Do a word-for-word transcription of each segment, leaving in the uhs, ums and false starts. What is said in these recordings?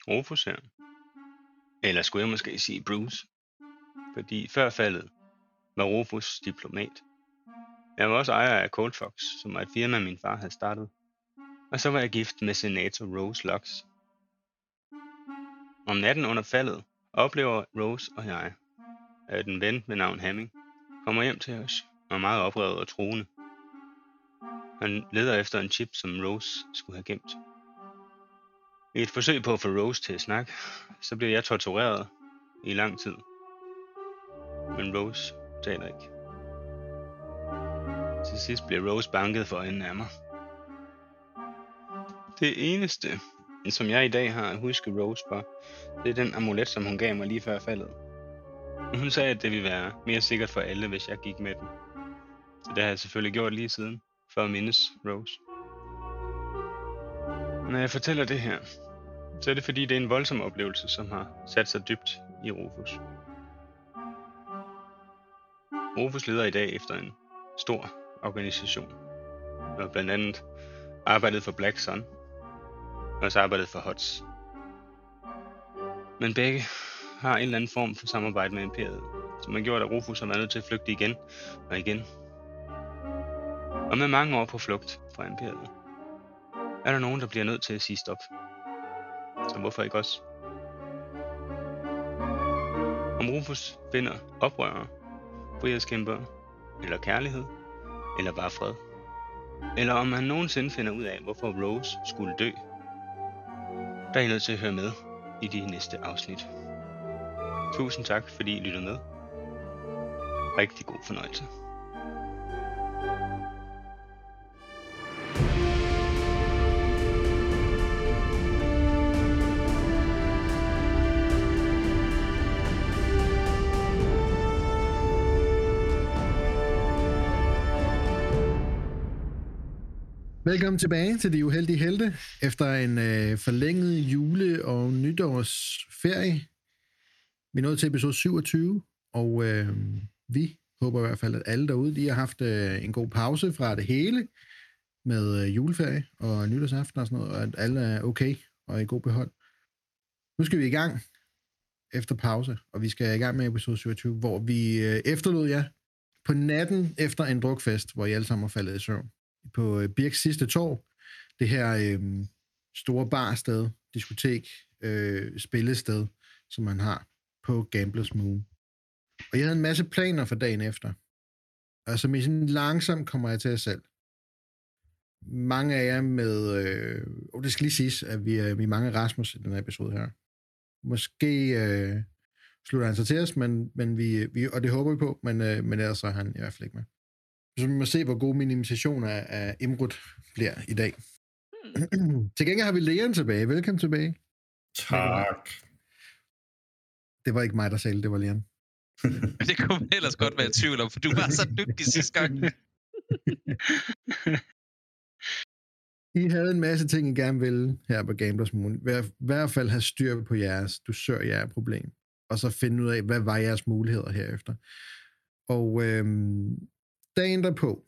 Rufus her. Eller skulle jeg måske sige Bruce? Fordi før faldet var Rufus diplomat. Jeg var også ejer af Cold Fox, som var et firma, min far havde startet. Og så var jeg gift med senator Rose Lux. Om natten under faldet oplever Rose og jeg, at en ven ved navn Hamming kommer hjem til os og er meget oprevet og truende. Han leder efter en chip, som Rose skulle have gemt. I et forsøg på at få Rose til at snakke, så bliver jeg tortureret i lang tid. Men Rose taler ikke. Til sidst bliver Rose banket for øjnene af mig. Det eneste, som jeg i dag har at huske Rose for, det er den amulet, som hun gav mig lige før faldet. Hun sagde, at det ville være mere sikkert for alle, hvis jeg gik med den. Så det har jeg selvfølgelig gjort lige siden, for at mindes Rose. Når jeg fortæller det her, så er det fordi, det er en voldsom oplevelse, som har sat sig dybt i Rufus. Rufus leder i dag efter en stor organisation. Og blandt andet arbejdet for Black Sun, og også arbejdet for H O T S. Men begge har en eller anden form for samarbejde med Imperiet, som har gjort, at Rufus har været nødt til at flygte igen og igen. Og med mange år på flugt fra Imperiet, er der nogen, der bliver nødt til at sige stop. Så hvorfor ikke os? Om Rufus finder oprørere, frihedskæmper, eller kærlighed, eller bare fred. Eller om han nogensinde finder ud af, hvorfor Rose skulle dø. Der er I nødt til at høre med i de næste afsnit. Tusind tak, fordi I lyttede med. Rigtig god fornøjelse. Velkommen tilbage til De Uheldige Helte efter en øh, forlænget jule- og nytårsferie. Vi er nået til episode syvogtyve, og øh, vi håber i hvert fald, at alle derude de har haft øh, en god pause fra det hele med øh, juleferie og nytårsaften og sådan noget, og at alle er okay og i god behold. Nu skal vi i gang efter pause, og vi skal i gang med episode syvogtyve, hvor vi øh, efterlod jer på natten efter en drukfest, hvor I alle sammen er faldet i søvn. På øh, Birks sidste torv, det her øh, store barsted, diskotek, øh, spillested, som man har på Gamblers Moon. Og jeg havde en masse planer for dagen efter. Og som I sådan langsomt kommer jeg til jer selv. Mange af jer med, øh, og det skal lige siges, at vi er, vi er mange Rasmus i den her episode her. Måske øh, slutter han sig til os, men, men vi, vi, og det håber vi på, men, øh, men ellers så er han i hvert fald ikke med. Så vi må se, hvor god min imitation af, af Imrud bliver i dag. Hmm. Til gengæld har vi Leon tilbage. Velkommen tilbage. Tak. Det var ikke mig, der sagde det, var Leon. Det kunne man ellers godt være i tvivl om, for du var så dygtig sidste gang. I havde en masse ting, I gerne ville her på Gamblers Moon. I hvert fald have styr på jeres, du sør jer problem. Og så finde ud af, hvad var jeres muligheder herefter. Og øhm, dagen derpå,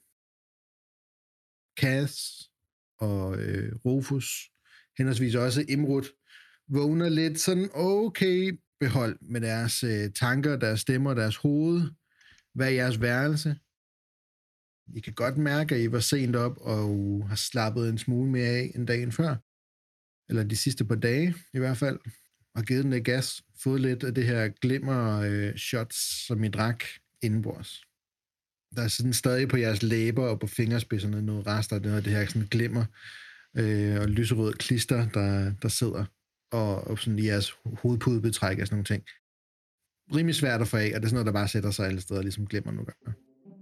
Cass og øh, Rufus, henholdsvis også Imrud, vågner lidt sådan okay behold med deres øh, tanker, deres stemmer, deres hoved. Hvad er jeres værelse? I kan godt mærke, at I var sent op og har slappet en smule mere af end dagen før. Eller de sidste par dage i hvert fald. Og givet den lidt gas. Fået lidt af det her glimmer øh, shots, som I drak indenbords. Der er sådan stadig på jeres læber og på fingerspidserne noget rester af det, det her sådan glimmer øh, og lyserød klister, der, der sidder og, og sådan i jeres hovedpudebetræk og sådan nogle ting. Rimelig svært at få af, og det er sådan noget, der bare sætter sig alle steder, ligesom glimmer nogle gange.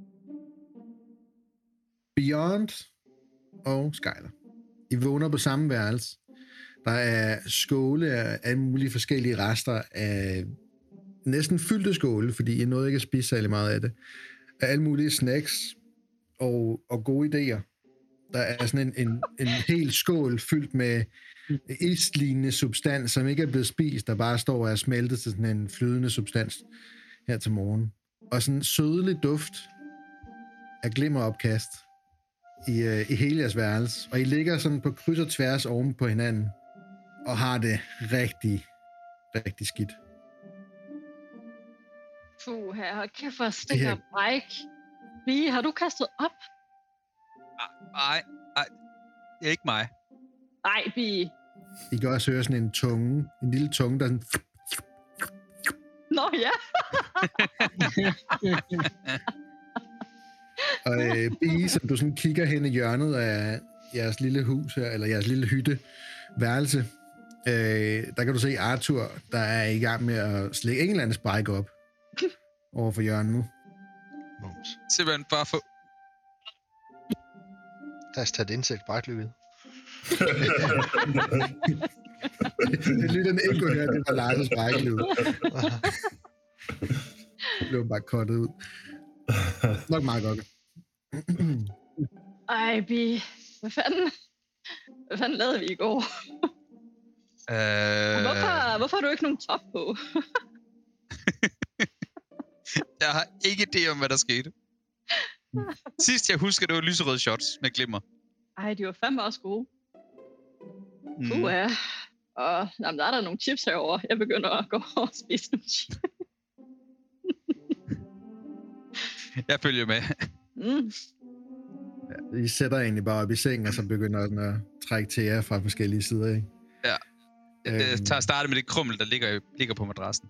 Beyond og Skyler. I vågner på samme værelse. Der er skåle af alle mulige forskellige rester af næsten fyldte skåle, fordi I nåede ikke at spise særlig meget af det. Af alle mulige snacks og, og gode idéer. Der er sådan en, en, en hel skål fyldt med islignende substans, som ikke er blevet spist, der bare står og er smeltet til sådan en flydende substans her til morgen. Og sådan en sødelig duft af glimmeropkast i, uh, i hele jeres værelse. Og I ligger sådan på kryds og tværs oven på hinanden og har det rigtig, rigtig skidt. Puh, her, hold kæft, hvor stikker her- bræk. Bie, har du kastet op? Nej, nej, det er ikke mig. Nej, Bie. I kan også høre sådan en tunge, en lille tunge, der sådan... Nå ja. Og øh, Bie, som du sådan kigger hen i hjørnet af jeres lille hus her, eller jeres lille hytte, værelse, øh, der kan du se Arthur, der er i gang med at slække en eller anden spike op over for hjørnet nu. Mums. Simpelthen bare for... Lad os tage et insekt bare klykket. Det er lige den ikke kunne høre, det var Lars' spike-lyd. Det blev bare kottet ud. Nok meget godt. Ej, Bie. Hvad fanden? Hvad fanden lavede vi i går? Øh... Hvorfor, hvorfor har du ikke nogen top på? Jeg har ikke idé om, hvad der skete. Sidst jeg husker, det var lyserøde shots med glimmer. Ej, de var fandme også gode. Mm. Puh, ja. Og jamen, der er der nogle chips herovre. Jeg begynder at gå og spise nogle chips. Jeg følger med. Mm. I sætter egentlig bare op i sengen, og så begynder den at trække til jer fra forskellige sider, ikke? Ja. Jeg Øhm. tager starte med det krummel, der ligger, ligger på madrassen.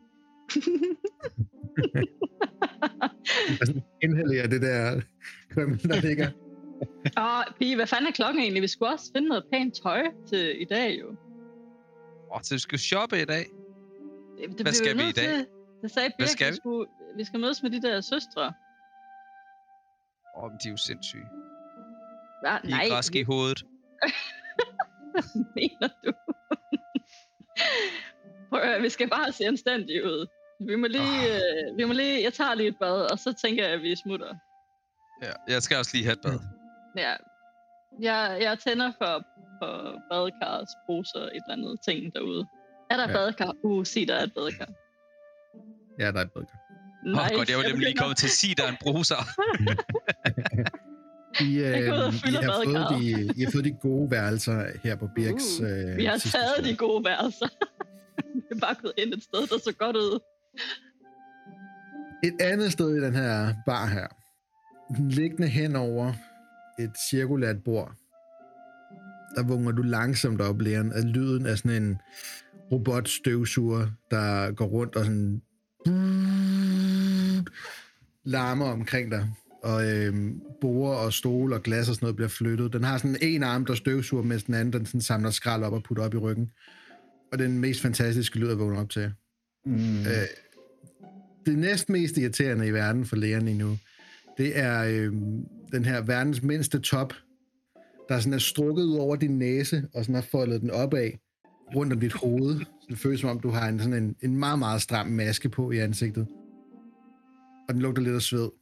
Altså, indhælder det der krømmel, der ligger. Og Pige, hvad fanden er klokken egentlig? Vi skulle også finde noget pænt tøj til i dag, jo. Åh, så vi skal shoppe i dag. Det, det Hvad blev skal vi nødt i dag? Til. Det sagde Hvad Birk, skal vi? vi? Skulle, vi skal mødes med de der søstre. Åh, men de er jo sindssyge. Ja, De nej, er græske i hovedet. hvad mener du? Prøv, at høre, vi skal bare se anstændige ud. Vi må lige, Ah. øh, vi må lige, jeg tager lige et bad, og så tænker jeg, at vi smutter. Ja, jeg skal også lige have et bad. Ja, jeg, jeg tænder for, for badekars, bruser, et eller andet ting derude. Er der et Ja. badekar? Uh, sig, der er et badekar. Ja, der er et badekar. Åh, oh, godt, jeg var nemlig lige begynder- kommet til at sige, der er en bruser. I, øh, Jeg går ud og I, fylder har fået badekarret. de, I har fået de gode værelser her på Birks. Uh, øh, Vi har sidste taget tur. de gode værelser. Vi er bare gået ind et sted, der så godt ud. Et andet sted i den her bar her, liggende hen over et cirkulært bord, der vågner du langsomt op, Leon, af lyden af sådan en robotstøvsuger, der går rundt og sådan larmer omkring dig. Og øhm, borer og stole og glas og sådan noget bliver flyttet. Den har sådan en arm, der støvsuger, mens den anden den sådan samler skrald op og putter op i ryggen. Og det er den mest fantastiske lyd at vågne op til. Mm. Øh, det næstmest irriterende i verden for lægerne lige nu, det er øh, den her verdens mindste top, der sådan er strukket ud over din næse, og sådan har foldet den opad rundt om dit hoved. Så det føles som om, du har en, sådan en, en meget, meget stram maske på i ansigtet. Og den lugter lidt af sved.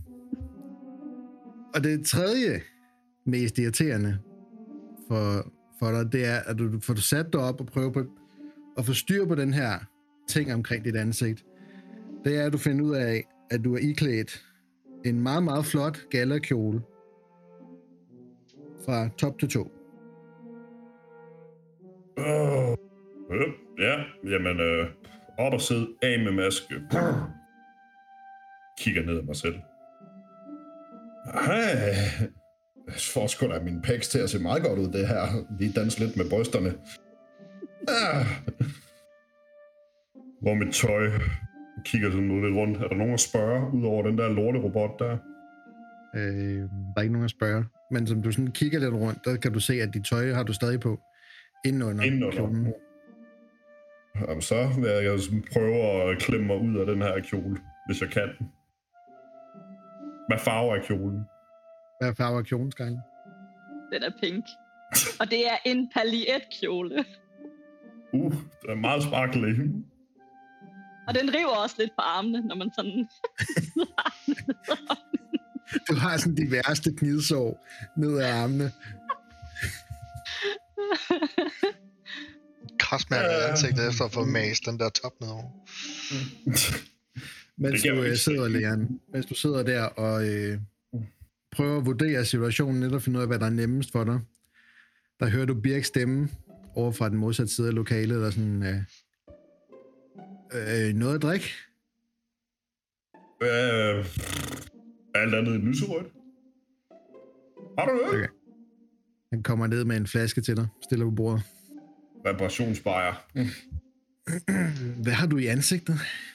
Og det tredje mest irriterende for, for dig, det er, at du får du sat dig op og prøver på at få styr på den her ting omkring dit ansigt. Det er, at du finder ud af, at du er iklædt en meget, meget flot gallerkjole fra top til to. Oh. Øh, ja, jamen, øh, op og sidde af med maske. Kigger ned af mig selv. Hej. Jeg får sgu da min pecs til at se meget godt ud, det her. Lige danse lidt med brysterne. Ah. Hvor er mit tøj? Jeg kigger sådan ud lidt rundt. Er der nogen at spørge, ud over den der lorterobot der? Øh, der er ikke nogen at spørge. Men som du sådan kigger lidt rundt, der kan du se, at dit tøj har du stadig på indenunder Indenunder. kjolen. Jamen, så vil jeg altså prøve at klemme mig ud af den her kjole, hvis jeg kan. Hvad farve er kjolen? Hvad farve er kjolen, Skyler? Den er pink. Og det er en paljetkjole. Uh, det er meget sparkelig. Og den river også lidt på armene, når man sådan... Du har sådan de værste knidsår ned ad armene. Krasmærket Ja. ansigtet efter at få mast den der top nedover. Mens Det kan du jeg øh, ikke sidder, se. Leon, mens du sidder der og øh, prøver at vurdere situationen lidt og finde ud af, hvad der er nemmest for dig, der hører du Birks stemme over fra den modsatte side af lokalet, der sådan, øh, øh, noget at drikke. Øh, alt andet end lyserødt. Har du noget? Okay. Han kommer ned med en flaske til dig, stiller på bordet. Reparationsbajer. Mm. Hvad har du i ansigtet?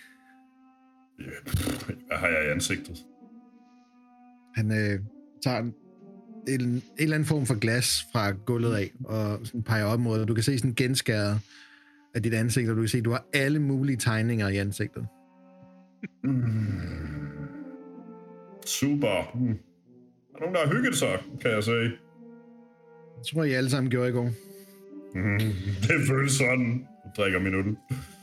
Hvad har jeg i ansigtet? Han øh, tager en, en, en eller anden form for glas fra gulvet af, og sådan peger op mod dig. Du kan se sådan genskæret af dit ansigt, og du kan se, at du har alle mulige tegninger i ansigtet. Mm. Super. Mm. Der er nogen, der har hygget sig, kan jeg sige. Det tror jeg, I alle sammen gjorde i går. Mm. Det føles sådan. Jeg drikker min øl.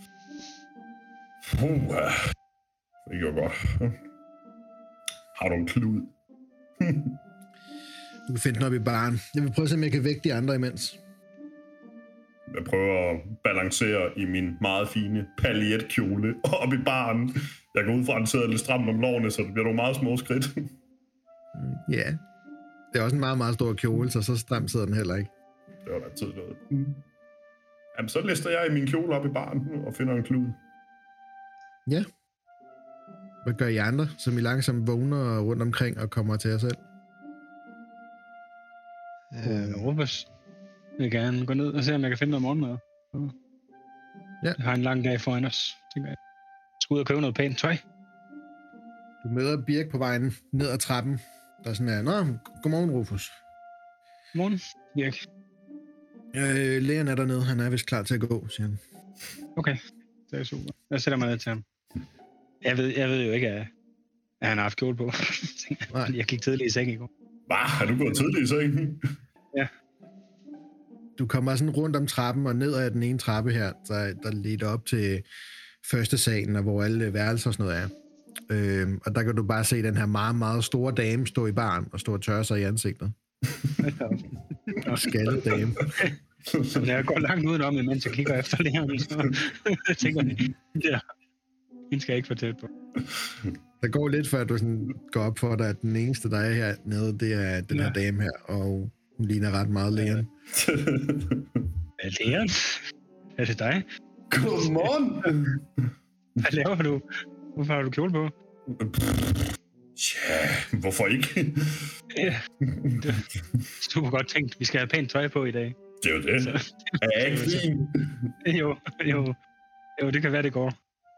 Uh, det gjorde godt. Har du en klud? Du kan finde den op i baren. Jeg vil prøve at se, om jeg kan vække de andre imens. Jeg prøver at balancere i min meget fine paljetkjole op i baren. Jeg går ud fra, at den sidder lidt stramt om lårene, så det bliver nogle meget små skridt. Ja. Yeah. Det er også en meget, meget stor kjole, så så stramt sidder den heller ikke. Det var da tid noget. Mm. Jamen, så lister jeg i min kjole op i baren og finder en klud. Ja. Hvad gør I andre, som I langsomt vågner rundt omkring og kommer til jer selv? Øh, Rufus vil gerne gå ned og se, om jeg kan finde noget morgenmad. Ja. Jeg har en lang dag foran os, tænker jeg. Jeg skal ud og købe noget pænt tøj. Du møder Birk på vejen ned ad trappen. Der er sådan her, nå, godmorgen Rufus. Godmorgen, Birk. Øh, lægen er dernede, han er vist klar til at gå, siger han. Okay, det er super. Jeg sætter mig ned til ham. Jeg ved, jeg ved jo ikke, at, at han har haft kjole på. Nej. Jeg gik tidligt i seng i går. Hvad? Er du gået tidligt i seng? Ja. Du kommer sådan rundt om trappen og ned ad den ene trappe her, der, der leder op til første salen, og hvor alle værelser og sådan noget er. Øhm, og der kan du bare se den her meget, meget store dame stå i baren og stå og tørre sig i ansigtet. Og skaldet dame. Så jeg går langt udenom, mens jeg kigger efter læreren, så jeg tænker, ja, hende skal jeg ikke få tæt på. Der går lidt før, du sådan går op for dig, at den eneste, der er hernede, det er den her Ja. dame her, og hun ligner ret meget lægen. Er læreren? Er det dig? Godmorgen! Hvad laver du? Hvorfor har du kjole på? Ja, hvorfor ikke? Ja, det er super godt tænkt. Vi skal have pænt tøj på i dag. Det er jo det. Så, Er jeg ikke fin? jo, jo, jo, det kan være, det går.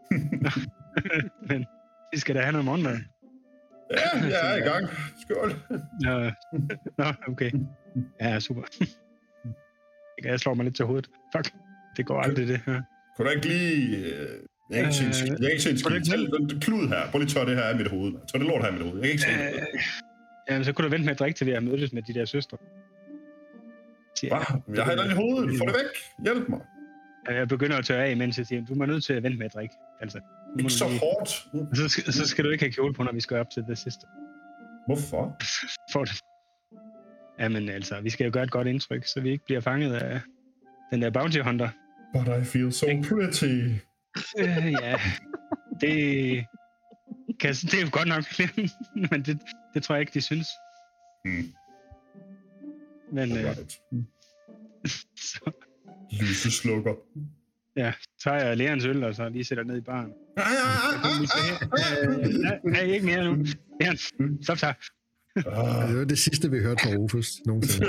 Men vi skal da have noget morgenmad. Ja, jeg er i gang. Skål. Nå, nå, okay. Ja, super. Jeg slår mig lidt til hovedet. Fuck, det går aldrig det her. Kunne du ikke lige... øh, Jeg kan ikke se en skid. Jeg kan ikke se en skid. Tæl den klud her. Prøv lige at tørre det her af mit hoved. Tør det lort her af mit hoved. Jeg kan ikke se noget. Øh, jamen, så kunne du vente med at drikke, til vi har mødtes med de der søstre. Siger, Hvad? Jeg har et i hovedet. Få det væk. Hjælp mig. jeg begynder at tørre af, mens jeg siger, du må nødt til at vente med at drikke. Altså, nu må Ikke du så lige- hårdt. Og Så skal, så skal du ikke have kjole på, når vi skal op til det sidste. Hvorfor? For det. Jamen altså, vi skal jo gøre et godt indtryk, så vi ikke bliver fanget af den der bounty hunter. But I feel so pretty. Øh, ja, det... Kan, det er jo godt nok, men det, det tror jeg ikke, de synes. Hmm. Men øh, Right. så Lyseslukker. ja, tager jeg lærerens øl, og så lige sætter ned i baren. Ah, ah, ah, Øh, nej, nej, ikke mere nu. Læren, stop så. ah. Det var det sidste, vi hørte fra Rufus nogensinde.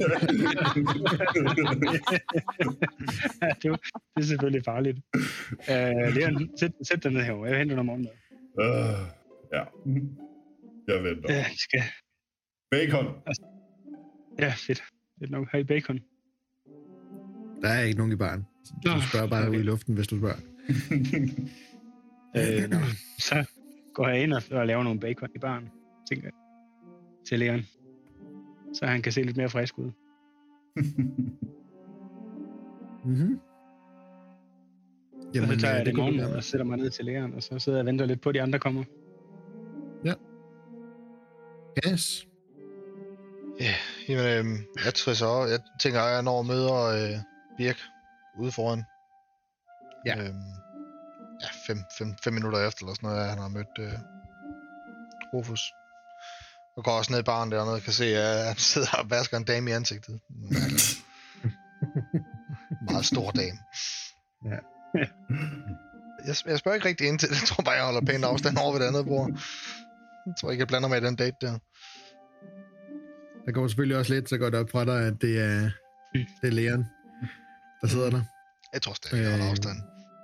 Ja, det, var, det er selvfølgelig farligt. Øh, Læren, sæt, sæt dig ned herovre. Jeg henter noget morgenmad. Ah, ja. Jeg venter. Ja, vi skal... Bacon. Ja, fedt. Fedt nok. Har I bacon? Der er ikke nogen i baren. Du Nå, spørger bare okay. ud i luften, hvis du spørger. Øh, nå. Så går jeg ind og, og laver nogle bacon i baren, tænker jeg, til Leon. Så han kan se lidt mere frisk ud. Mm-hmm. Og så tager jeg det går morgen godt. og sætter mig ned til Leon, og så sidder jeg og venter lidt på, at de andre kommer. Yes. Ja, jamen, øhm, jeg tror så, jeg tænker, at jeg når og møder øh, Birk ude foran. Ja. Øhm, ja, fem, fem, fem minutter efter, eller sådan noget, at han har mødt øh, Rufus. Og går også ned i baren dernede og kan se, at han sidder og vasker en dame i ansigtet. Mærkeligt. meget stor dame. Ja. Jeg, jeg spørger ikke rigtig ind til det. Jeg tror bare, jeg holder pænt afstand over ved det andet bord. Jeg tror ikke, jeg blander mig i den date der. Der går selvfølgelig også lidt, så går det op fra dig, at det er, det er Leon, der sidder der. Jeg tror stadig, jeg holder Øh. afstand.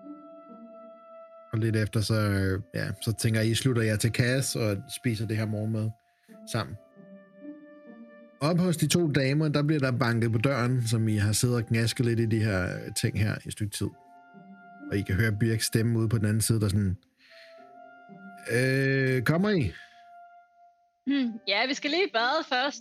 Og lidt efter, så, ja, så tænker jeg, I slutter jer til kaos og spiser det her morgenmad sammen. Op hos de to damer, der bliver der banket på døren, som I har siddet og gnasket lidt i de her ting her i et stykke tid. Og I kan høre Birks stemme ude på den anden side, der sådan... Øh, kommer I? Hmm. Ja, vi skal lige bade først.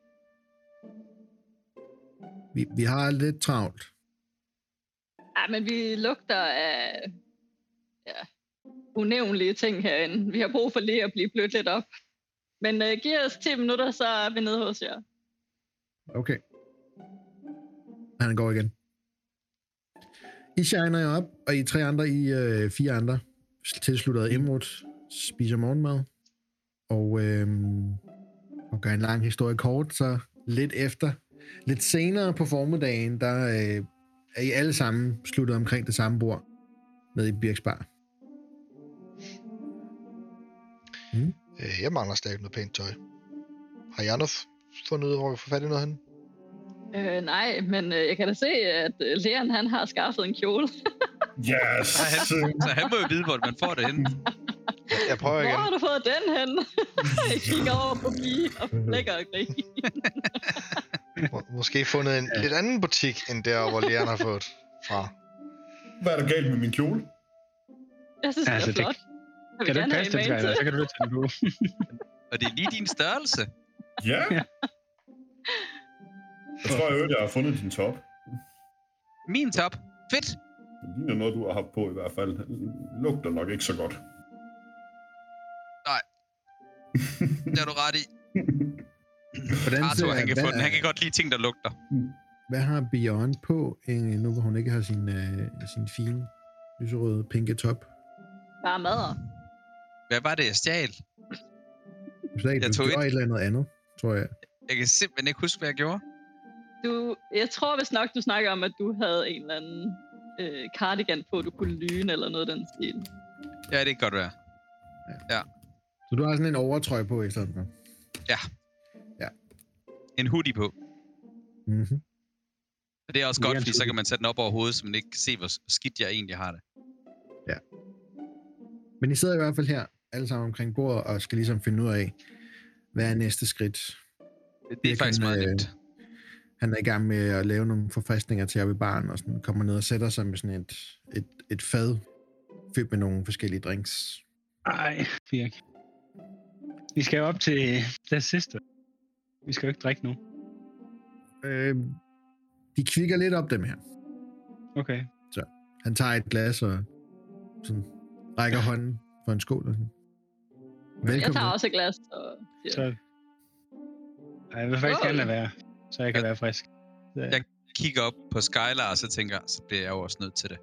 Vi, vi har lidt travlt. Ja, men vi lugter af ja, unævnlige ting herinde. Vi har brug for lige at blive blødt lidt op. Men uh, giv os ti minutter, så er vi nede hos jer. Okay. Han går igen. I shiner jer op, og I tre andre, I øh, fire andre, tilsluttede Imrud, spiser morgenmad. Og, øh, og gør en lang historie kort, så lidt efter, lidt senere på formiddagen, der øh, er I alle sammen sluttet omkring det samme bord, nede i Birks bar. Mm. Øh, jeg mangler stadig noget pænt tøj. Har jeg noget fundet ud af, hvor vi får fat i noget henne? Øh, nej, men øh, jeg kan da se, at øh, Leon han har skaffet en kjole. Yes! Så han, så han må jo vide, hvor man får det henne. Jeg, jeg prøver Hvor igen. har du fået den hen? Jeg kigger over på Pige og flækker og griner. Må, måske fundet en lidt anden butik, end der, hvor Leon har fået fra. Hvad er der galt med min kjole? Jeg synes, Altså, det er det- flot. Jeg Kan vil du gerne passe den, have en Skyler? til. Så kan du tage den på. Og det er lige din størrelse. Ja. Jeg tror, jeg hørte, jeg har fundet din top. Min top. Fedt. Det ligner noget, du har haft på i hvert fald. Det lugter nok ikke så godt. Det har du ret i. Hvordan Arthur, ser- han kan, hvad få den. er- han kan godt lide ting, der lugter. Hvad har Beyond på, øh, nu hvor hun ikke har sin, øh, sin fine, lyserøde, pinke top? Bare madder. Hvad var det, jeg stjal? Du sagde, Jeg du tog gjorde et eller andet andet, tror jeg. Jeg kan simpelthen ikke huske, hvad jeg gjorde. Du, jeg tror vist nok, du snakker om, at du havde en eller anden øh, cardigan på, du kunne lyne eller noget af den stil. Ja, det kan godt være. Så du har sådan en overtrøje på i stedet for? En hoodie på. Mm-hmm. Og det er også Mere godt, en fordi så hoodie. kan man sætte den op over hovedet, så man ikke kan se, hvor skidt jeg egentlig har det. Men I sidder i hvert fald her, alle sammen omkring bordet, og skal ligesom finde ud af, hvad er næste skridt. Det, det er Jeg faktisk kan, meget øh, nemt. Han er i gang med at lave nogle forfriskninger til jer ved baren, og sådan kommer ned og sætter sig med sådan et, et, et fad fyldt med nogle forskellige drinks. Ej, Birk. Vi skal jo op til den sidste. Vi skal jo ikke drikke nu. Øh, de kvikker lidt op dem her. Okay. Han tager et glas og sådan rækker hånden for en skål. Og sådan. Jeg Velkommen. tager også et glas. Og, ja. Så... Ej, jeg vil faktisk Skål. gerne lade være, så jeg kan Ja. være frisk. Så, Jeg kigger op på Skylar, og så tænker jeg, så bliver jeg jo også nødt til det.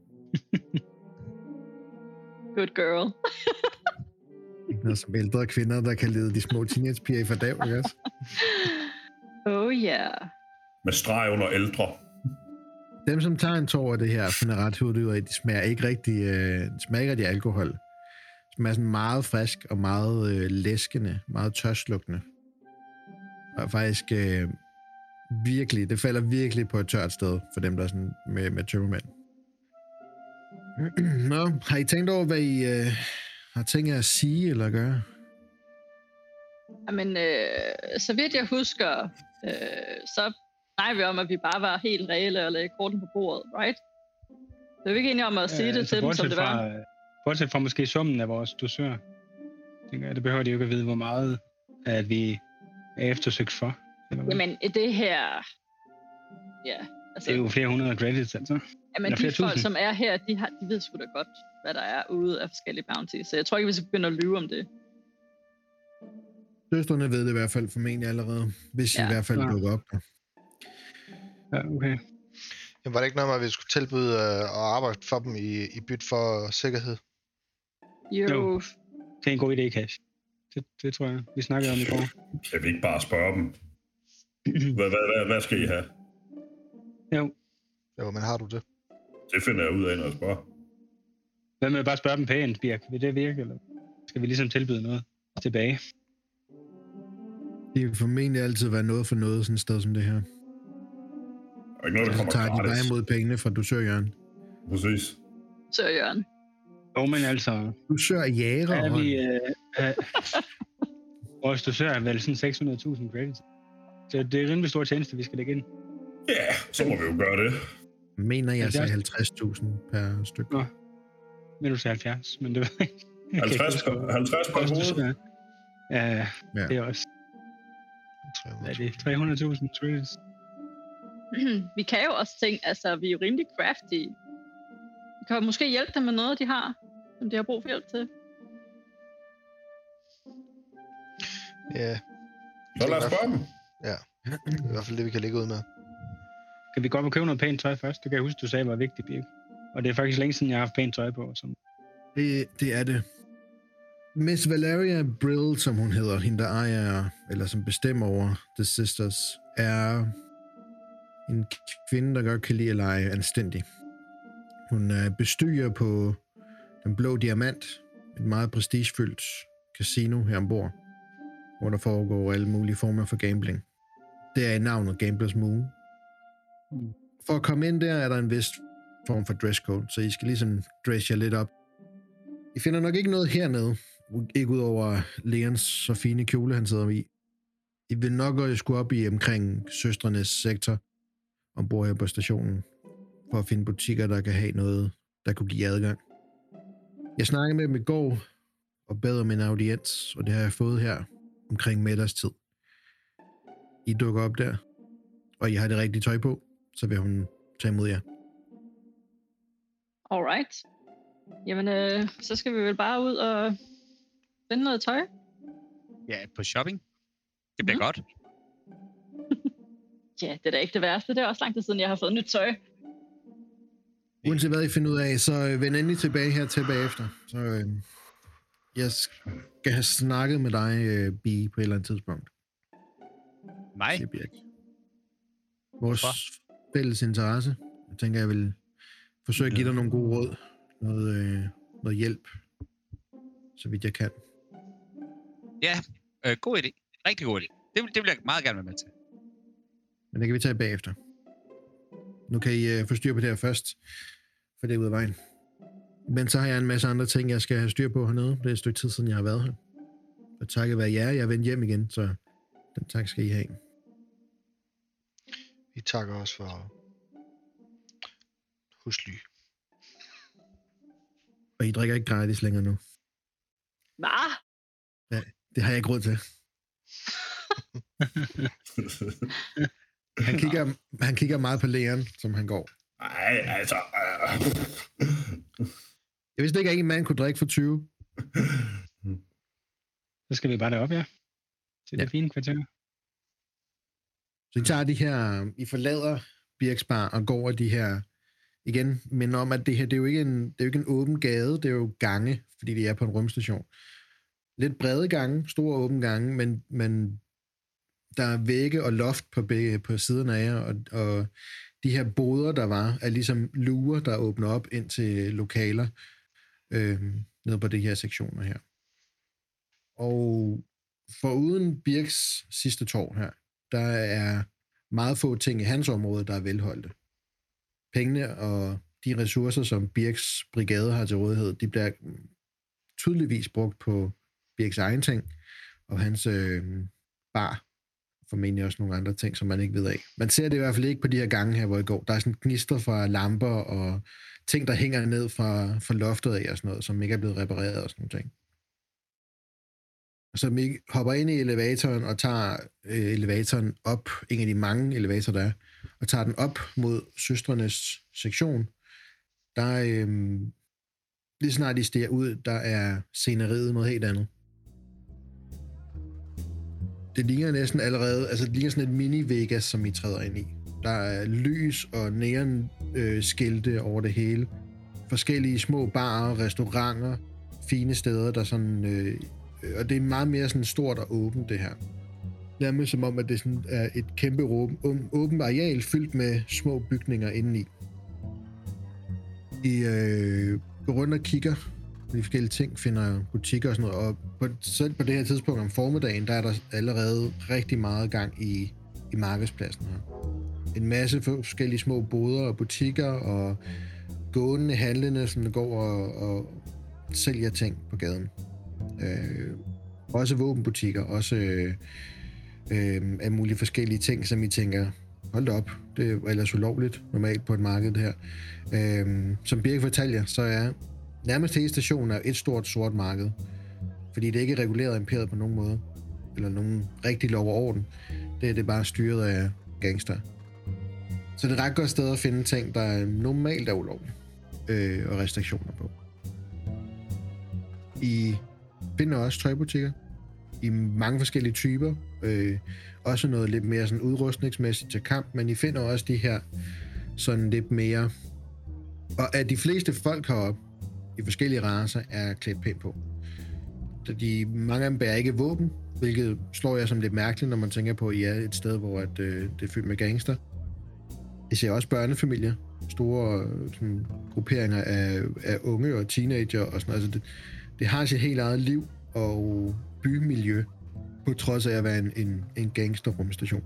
Good girl. Ikke noget som ældre kvinder, der kan lede de små teenagepiger i fordav, ikke også? Oh yeah. Med streg under ældre. Dem, som tager en tår af det her, finder ret hurtigt ud af, at de smager ikke rigtig, øh, de smager ikke rigtig af alkohol. Det smager sådan meget frisk og meget øh, læskende, meget tørslugtende. Og faktisk øh, virkelig, det falder virkelig på et tørt sted for dem, der er sådan med, med tømmermænd. Nå, har I tænkt over, hvad I øh, har tænkt jer at sige eller gøre? Jamen, øh, så vidt jeg husker, øh, så snakker vi om, at vi bare var helt reelle og lagde korten på bordet, right? Så er vi ikke enige om at sige øh, det altså, til dem, som bortset det var? fra, bortset fra måske summen af vores dosør. Tænker jeg, det behøver de jo ikke at vide, hvor meget at vi er eftersøgt for. Eller hvad? Jamen, det her... Ja, altså... Det er jo flere hundrede credits, altså. Jamen, eller de flere folk, tusind. som er her, de, har, de ved sgu da godt, hvad der er ude af forskellige bounties. Så jeg tror ikke, vi skal begynde at lyve om det. Søstrene ved det i hvert fald formentlig allerede, hvis ja. I Ja. i hvert fald Ja. dukker op der. Ja, okay. Jamen, var det ikke noget med, at vi skulle tilbyde øh, at arbejde for dem i, i byt for sikkerhed? Jo, Jo. Det er en god idé, Cash. Det, det tror jeg, vi snakkede om i går. Kan vi ikke bare spørge dem? Hvad, hvad, hvad, hvad skal I have? Jo. Jo, men har du det? Det finder jeg ud af, når jeg spørger. Hvad med bare spørge dem pænt, Birk? Vil det virke, eller skal vi ligesom tilbyde noget tilbage? Det vil formentlig altid være noget for noget, sådan et sted som det her. Der er ikke noget, der Så kommer tager de gratis. bare imod pengene fra dusørjørn. Præcis. Så Jørgen. Jo, men altså... Dusør jæger. Er vi... Øh, øh, vores dusør er vel sådan seks hundrede tusind credits. Så det er en rimelig stor tjeneste, vi skal lægge ind. Ja, yeah, så må vi jo gøre det. Mener jeg så halvfjerds halvtreds tusind per stykke. Nå. Vil du sige halvfjerds, men det var ikke... halvtreds per hoved. Ja, Ja. det er også... Hvad er det? tre hundrede tusind credits. Vi kan jo også tænke, altså vi er jo rimelig crafty. Vi kan jo måske hjælpe dem med noget, de har, som de har brug for hjælp til. Ja. Så lad os spørge dem. Ja, det er i hvert fald det, vi kan ligge ud med. Kan vi godt må købe noget pænt tøj først? Det kan jeg huske, du sagde var vigtigt, Birk. Og det er faktisk længe siden, jeg har haft pænt tøj på. Som... Det, det er det. Miss Valeria Brill, som hun hedder, hende der ejer, eller som bestemmer over The Sisters, er en kvinde, der godt kan lide at lege anstændig. Hun er bestyrer på Den Blå Diamant, et meget prestigefyldt casino her ombord, hvor der foregår alle mulige former for gambling. Det er i navnet Gamblers Moon. For at komme ind der, er der en vis form for dresscode, så I skal ligesom dress jer lidt op. I finder nok ikke noget hernede, ikke ud over Leons så fine kjole, han sidder i. I vil nok skulle op i omkring søstrenes sektor, ombord her på stationen, for at finde butikker, der kan have noget, der kunne give adgang. Jeg snakkede med dem i går, og bad om en audiens, og det har jeg fået her omkring middagstid. I dukker op der, og I har det rigtige tøj på, så vil hun tage imod jer. Alright. Jamen, øh, så skal vi vel bare ud og finde noget tøj. Ja, på shopping. Det bliver Mhm. godt. Ja, det er da ikke det værste. Det er også lang tid siden, jeg har fået nyt tøj. Uanset hvad I finder ud af, så øh, vend endelig tilbage her til bagefter. Så øh, jeg skal have snakket med dig, øh, Bi, på et eller andet tidspunkt. Mig? Siger Birk. Vores Hvorfor? fælles interesse. Jeg tænker, jeg vil forsøge at give dig nogle gode råd. Noget, øh, noget hjælp. Så vidt jeg kan. Ja, øh, god idé. Rigtig god idé. Det, vil- det vil jeg meget gerne være med til. Men det kan vi tage bagefter. Nu kan I øh, få styr på det her først. For det er ude af vejen. Men så har jeg en masse andre ting, jeg skal have styr på hernede. Det er et stykke tid siden, jeg har været her. Og takket være jer, jeg er vendt hjem igen. Så den tak skal I have. Vi takker også for husly. Og I drikker ikke gratis længere nu. Hvad? Det har jeg ikke råd til. Han kigger, han kigger meget på lægeren, som han går. Ej, altså... Øh. Jeg vidste ikke, at en mand kunne drikke for tyve. Så skal vi bare derop, ja. Til det Ja. fine kvarter. Så I tager de her, I forlader Birks Bar og går over de her, igen, men om at det her, det er jo ikke en, det er jo ikke en åben gade, det er jo gange, fordi det er på en rumstation. Lidt brede gange, store åbne gange, men, men der er vægge og loft på, begge, på siderne af jer, og, og de her boder, der var, er ligesom lurer, der åbner op ind til lokaler, øh, nede på de her sektioner her. Og foruden Birks sidste tårn her, der er meget få ting i hans område, der er velholdte. Pengene og de ressourcer, som Birks brigade har til rådighed, de bliver tydeligvis brugt på Birks egen ting, og hans øh, bar, formentlig også nogle andre ting, som man ikke ved af. Man ser det i hvert fald ikke på de her gange her, hvor I går. Der er sådan gnister fra lamper og ting, der hænger ned fra, fra loftet af og sådan noget, som ikke er blevet repareret og sådan nogle ting. Så vi hopper ind i elevatoren og tager øh, elevatoren op, en af de mange elevatorer, der er, og tager den op mod søstrenes sektion. Der er, øh, lige snart de stiger ud, der er sceneriet noget helt andet. Det ligner næsten allerede, altså det ligner sådan et mini-Vegas, som I træder ind i. Der er lys og neonskilte øh, over det hele. Forskellige små barer, restauranter, fine steder, der sådan... Øh, og det er meget mere sådan stort og åbent, det her. Nærmest som om, at det sådan er et kæmpe åben, åbent areal, fyldt med små bygninger indeni. I øh, går rundt og kigger på de forskellige ting, finder butikker og sådan noget, og på, selv på det her tidspunkt om formiddagen, der er der allerede rigtig meget gang i, i markedspladsen her. En masse forskellige små boder og butikker, og gående handlende, som går og, og sælger ting på gaden. Øh, også våbenbutikker, også øh, øh, af mulige forskellige ting, som I tænker, hold da op, det er ellers ulovligt normalt på et marked, det her. Øh, som Birk fortalte jer, så er nærmest hele stationen er et stort sort marked, fordi det ikke er reguleret af imperiet på nogen måde, eller nogen rigtig lov og orden. Det er det bare styret af gangster. Så det er et ret godt sted at finde ting, der normalt er ulovlige, øh, og restriktioner på. I finder også tøjbutikker i mange forskellige typer. Øh, også noget lidt mere sådan udrustningsmæssigt til kamp, men I finder også de her sådan lidt mere... Og at de fleste folk heroppe i forskellige racer er klædt pænt på. Så de, mange af dem bærer ikke våben, hvilket slår jeg som lidt mærkeligt, når man tænker på, at I er et sted, hvor at, øh, det er fyldt med gangster. I ser også børnefamilier, store sådan, grupperinger af, af unge og teenager og sådan noget. Altså det, det har sit helt eget liv og bymiljø, på trods af at være en, en, en gangsterrumstation.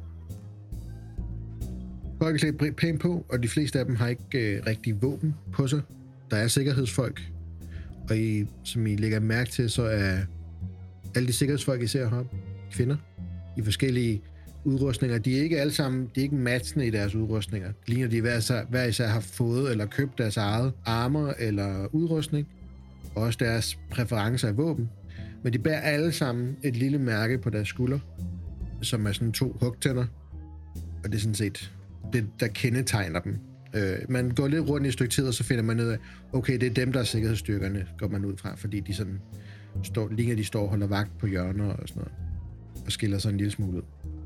Folk er klædt pænt på, og de fleste af dem har ikke øh, rigtig våben på sig. Der er sikkerhedsfolk, og I, som I lægger mærke til, så er alle de sikkerhedsfolk, I ser heroppe, kvinder, i forskellige udrustninger. De er ikke alle sammen, de er ikke matchende i deres udrustninger. Det ligner, de hver især, hver især har fået eller købt deres eget armor eller udrustning, og også deres præferencer af våben. Men de bærer alle sammen et lille mærke på deres skulder, som er sådan to hugtænder, og det er sådan set det, der kendetegner dem. Øh, man går lidt rundt i et stykke tid, og så finder man ud af, okay, det er dem, der er sikkerhedsstyrkerne, går man ud fra, fordi de sådan står, ligner, de står og holder vagt på hjørner og sådan noget, og skiller sig en lille smule ud.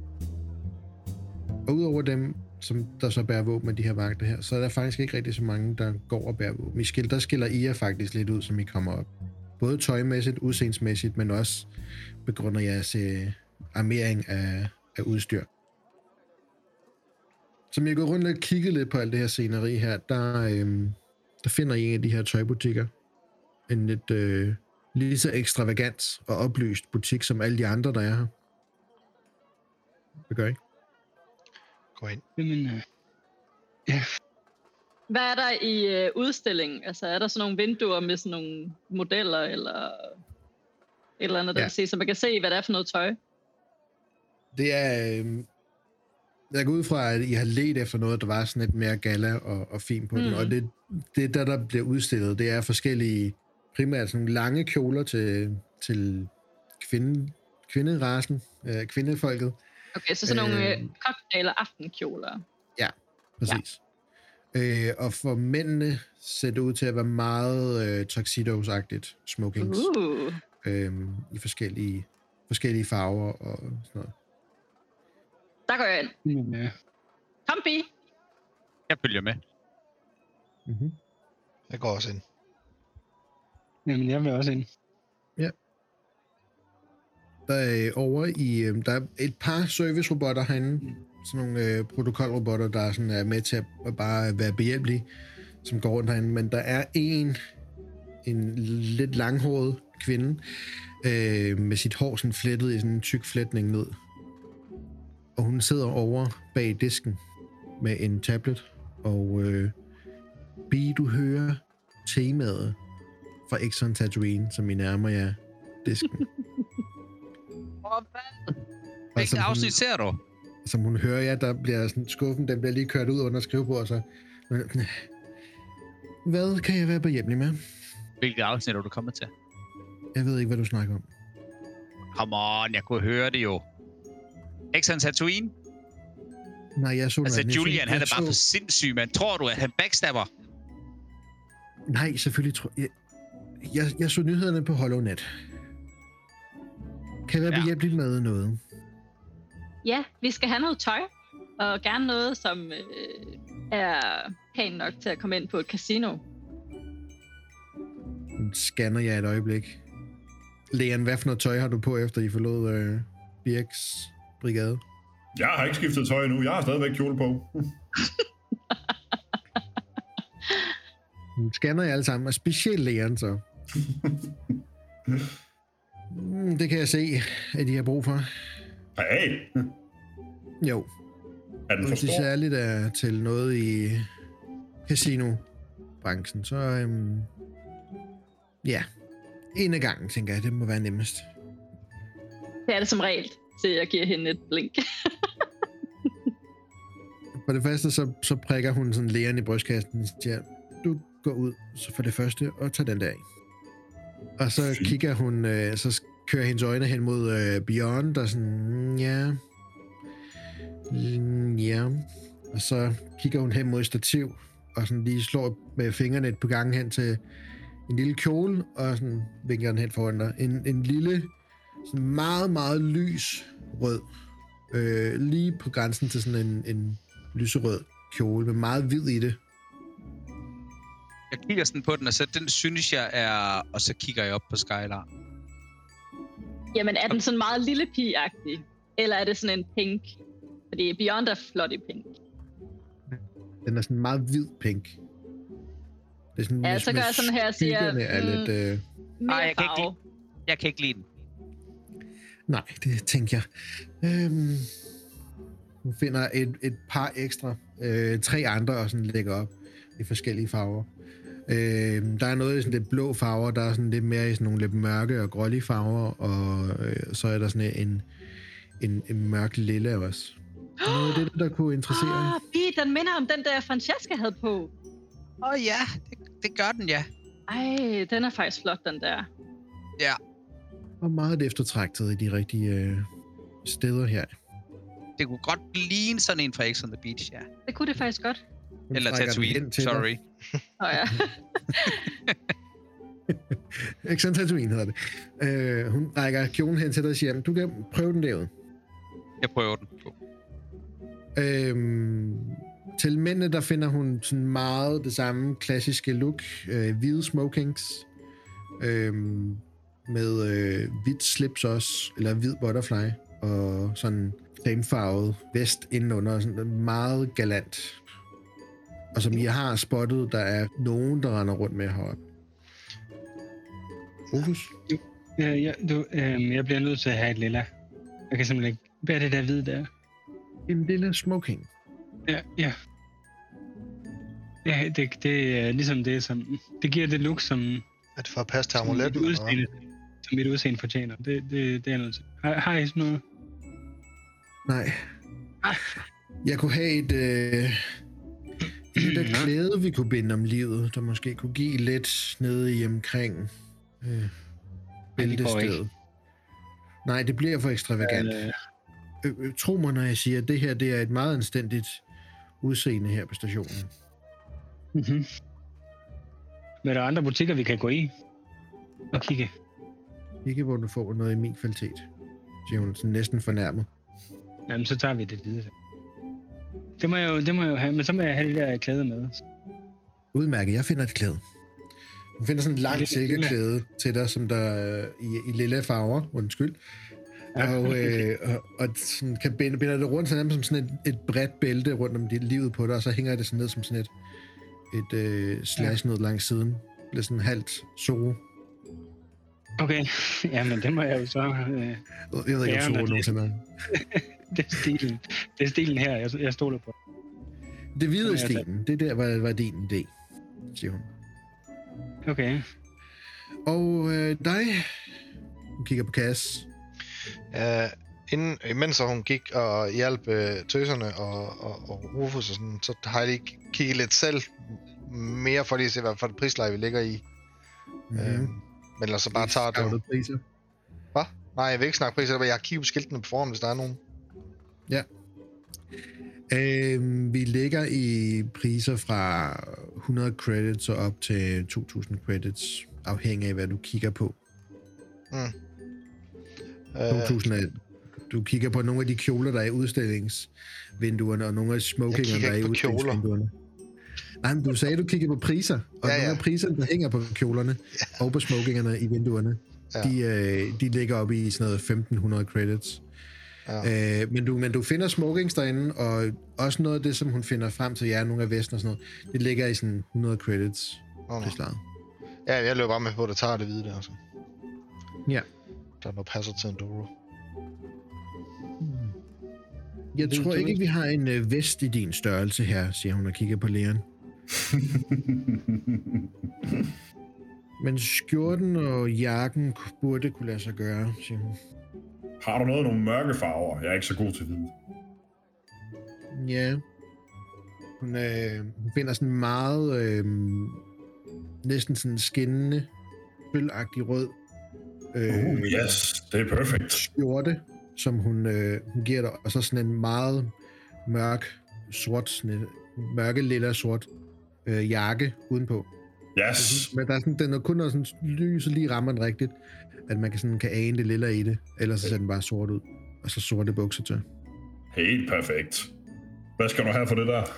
Og udover dem, som der så bærer våben med de her vagter her, så er der faktisk ikke rigtig så mange, der går og bærer våben. I skil, der skiller I jer faktisk lidt ud, som I kommer op. Både tøjmæssigt, udseendsmæssigt, men også begrunder jeres øh, armering af, af udstyr. Som jeg går rundt og kigger lidt på alt det her sceneri her, der, øh, der finder I en af de her tøjbutikker. En lidt øh, lige så ekstravagant og oplyst butik, som alle de andre, der er her. Hvad gør I? Gå ind. Jamen, øh, ja. Hvad er der i øh, udstillingen? Altså, er der sådan nogle vinduer med sådan nogle modeller, eller et eller andet, der Ja. kan se, så man kan se, hvad det er for noget tøj? Det er... Øh, jeg går ud fra, at I har let efter noget, der var sådan lidt mere gala og, og fint på mm. den. Og det, det der, der bliver udstillet, det er forskellige, primært sådan lange kjoler til, til kvinde, kvinderasen, øh, kvindefolket. Okay, så sådan nogle Øh. øh, cocktail- og aftenkjoler. Ja, præcis. Ja. Øh, og for mændene ser det ud til at være meget øh, tuxedos-agtigt, smokings, Uh. øh, i forskellige, forskellige farver og sådan noget. Der går jeg ind. Jamen, øh, Kom, Bi. Jeg følger med. Mm-hmm. Jeg går også ind. jamen, jeg vil også ind. Der er over i, øh, der er et par servicerobotter herinde, sådan nogle øh, protokolrobotter, der sådan er med til at, at bare være behjælpelige, som går rundt herinde, men der er en, en lidt langhåret kvinde, øh, med sit hår sådan flettet i sådan en tyk flætning ned. Og hun sidder over bag disken med en tablet, og øh, Bi, du hører temaet fra Exxon Tatooine, som I nærmer jer disken. Hvor hvad? Og Hvilket som hun- afsnit ser du? Som hun hører, ja, der bliver sådan skuffen, den bliver lige kørt ud under skrivebordet, så... Hvad kan jeg være behjælpelig med? Hvilket afsnit er du kommet til? Jeg ved ikke, hvad du snakker om. Come on, jeg kunne høre det jo. Exxon Tatooine? Nej, jeg så... Altså, jeg så- Julian, jeg han er bare så- for sindssyg, man. Tror du, at han backstabber? Nej, selvfølgelig tror jeg... Jeg, jeg så nyhederne på HoloNet. Kan jeg være Ja. behjælpelig med noget? Ja, vi skal have noget tøj. Og gerne noget, som øh, er pænt nok til at komme ind på et casino. Nu scanner jeg et øjeblik. Leon, hvad for noget tøj har du på, efter I forlod øh, Birks brigade? Jeg har ikke skiftet tøj endnu. Jeg har stadigvæk kjole på. Hun scanner jer alle sammen, og specielt lægeren så. mm, det kan jeg se, at de har brug for. Hey. Jo. Er den for Hvis det stor? særligt er til noget i casino-branchen, så øhm, ja, en af gangen, tænker jeg, det må være nemmest. Det er det som regel, så jeg giver hende et blink. For det første, så, så prikker hun sådan lægeren i brystkassen og siger, du går ud så for det første og tager den der af. Og så Fint. kigger hun, øh, så kører hendes øjne hen mod øh, Beyond, og sådan, mm, ja, mm, ja. Og så kigger hun hen mod et stativ, og sådan lige slår med fingrene et par gange hen til en lille kjole, og sådan vinker den hen foran dig. En, en lille, sådan meget, meget lys rød, øh, lige på grænsen til sådan en, en lyserød kjole, med meget hvid i det. Jeg kigger sådan på den, og så den synes jeg er... Og så kigger jeg op på Skylar. Jamen, er den sådan meget lille pige-agtig? Eller er det sådan en pink? Fordi Beyond er flot i pink. Den er sådan meget hvid pink. Det er sådan, Ja, med- så gør med jeg sådan her og siger, skyggerne er mm, lidt, øh... Mere Ej, jeg kan ikke farve. Jeg kan ikke lide den. Nej, det tænker jeg. Øhm, hun finder et, et par ekstra, øh, tre andre, og sådan lægger op i forskellige farver. Øhm, der er noget i sådan lidt blå farver, der er sådan lidt mere i sådan nogle lidt mørke og grålige farver, og øh, så er der sådan en, en, en mørk lille også. Noget af det, der kunne interessere jer. Ah, Bi, den minder om den der Francesca havde på. Åh oh, ja, det, det gør den, ja. Ej, den er faktisk flot, den der. Ja, Og meget eftertragtet i de rigtige øh, steder her. det kunne godt ligne sådan en fra X on the Beach, ja. Det kunne det faktisk godt. Hun Eller trækker den hen Tatooine, til dig. sorry. Åh ja. Ikke sådan Tatooine hedder det. Øh, hun rækker kjolen hen til dig og siger, du kan prøve den derude. Jeg prøver den. Øhm, til mændene, der finder hun sådan meget det samme klassiske look. Øh, hvide smokings. Øhm, med øh, hvidt slips også, eller hvid butterfly. Og sådan cremefarvet vest indenunder. Sådan meget galant. Og som I har spottet, der er nogen, der render rundt med heroppe. Rufus? Ja, ja, du, øh, jeg bliver nødt til at have et lilla. Jeg kan simpelthen ikke... Hvad er det der hvide der? En lille smoking. Ja, ja. Ja, det, det er ligesom det, som... Det giver det look, som, Er det for at passe til som, mit, amuletten? eller hvad? udseende, som mit udseende fortjener. Det, det, det er jeg nødt til. Har, har I sådan noget? Nej. Jeg kunne have et... Øh, et lille klæde, vi kunne binde om livet, der måske kunne give lidt nede i omkring øh, bæltestedet. Nej, det bliver for ekstravagant. Øh, Øh, øh, tro mig, når jeg siger, at det her det er et meget anstændigt udseende her på stationen. mm-hmm. Men der er andre butikker, vi kan gå i og kigge. Ikke hvor du får noget i min kvalitet, siger hun sådan næsten fornærmet. Jamen, så tager vi det videre. Det må jeg jo, det må jeg jo have, men så må jeg have det der klæde med. Udmærket, jeg finder et klæde. Hun finder sådan en lang Lille- silkeklæde til dig, som der er i, i lille farver, undskyld. Og, øh, og, og sådan kan binde, binder det rundt sådan, som sådan et, et bredt bælte rundt om dit livet på dig, og så hænger det sådan ned som sådan et, et øh, slash ned langs siden. Det bliver sådan halvt Zoro. Okay, jamen det må jeg jo så... Øh, Jeg ved ikke, Ja, om Zoro men- nogensinde er. det er stilen. Det er stilen her, jeg, jeg stoler på. Det hvide Ja, er stilen. Det der var, var din idé, siger hun. Okay. Og øh, dig? Hun kigger på Cass. Ja, inden, imens hun gik og hjalp øh, tøserne og, og, og Rufus og sådan, så har jeg lige kigget lidt selv mere for lige at se, hvad for det prisleje vi ligger i. Mm-hmm. Øh, men ellers så bare tager det. priser. Hvad? Nej, jeg vil ikke snakke priser, jeg har kigget på skiltene på forhånd, hvis der er nogen. Ja. Øh, vi ligger i priser fra hundrede credits og op til to tusind credits, afhængig af, hvad du kigger på. Mm. to tusind er, du kigger på nogle af de kjoler, der er i udstillingsvinduerne, og nogle af smokingerne, kigger der er i ikke på kjoler. udstillingsvinduerne. Nej, men du sagde, du kigger på priser, og Ja, ja, ja. ja. nogle af priserne, der hænger på kjolerne, ja. og på smokingerne i vinduerne, Ja. de, øh, de ligger op i sådan noget femten hundrede credits. Ja. Øh, men, du, men du finder smokings derinde, og også noget af det, som hun finder frem til jer, nogle af vesten og sådan noget, det ligger i sådan hundrede credits. Nå, nå. prislaget. Ja, jeg løber bare med på, at det tager det hvide der, altså. Ja. Der er noget passer til Enduro. Jeg Det er tror jo ikke, ikke- vi har en øh, vest i din størrelse her, siger hun og kigger på Leon. Men skjorten og jakken burde kunne lade sig gøre, siger hun. Har du noget af nogle mørke farver? Jeg er ikke så god til hvid. Ja. Hun, øh, hun finder sådan meget, øh, næsten sådan skinnende, ølagtig rød øh, Uh, yes, det er perfekt. skjorte, som hun, øh, hun giver dig, og så sådan en meget mørk, sort, sådan en mørke lilla sort øh, jakke udenpå. Yes. Men der er sådan, den er kun noget sådan lys, og lige rammer den rigtigt, at man kan, sådan, kan ane det lilla i det, ellers så ser den bare sort ud, og så sorte bukser til. Helt perfekt. Hvad skal du have for det der?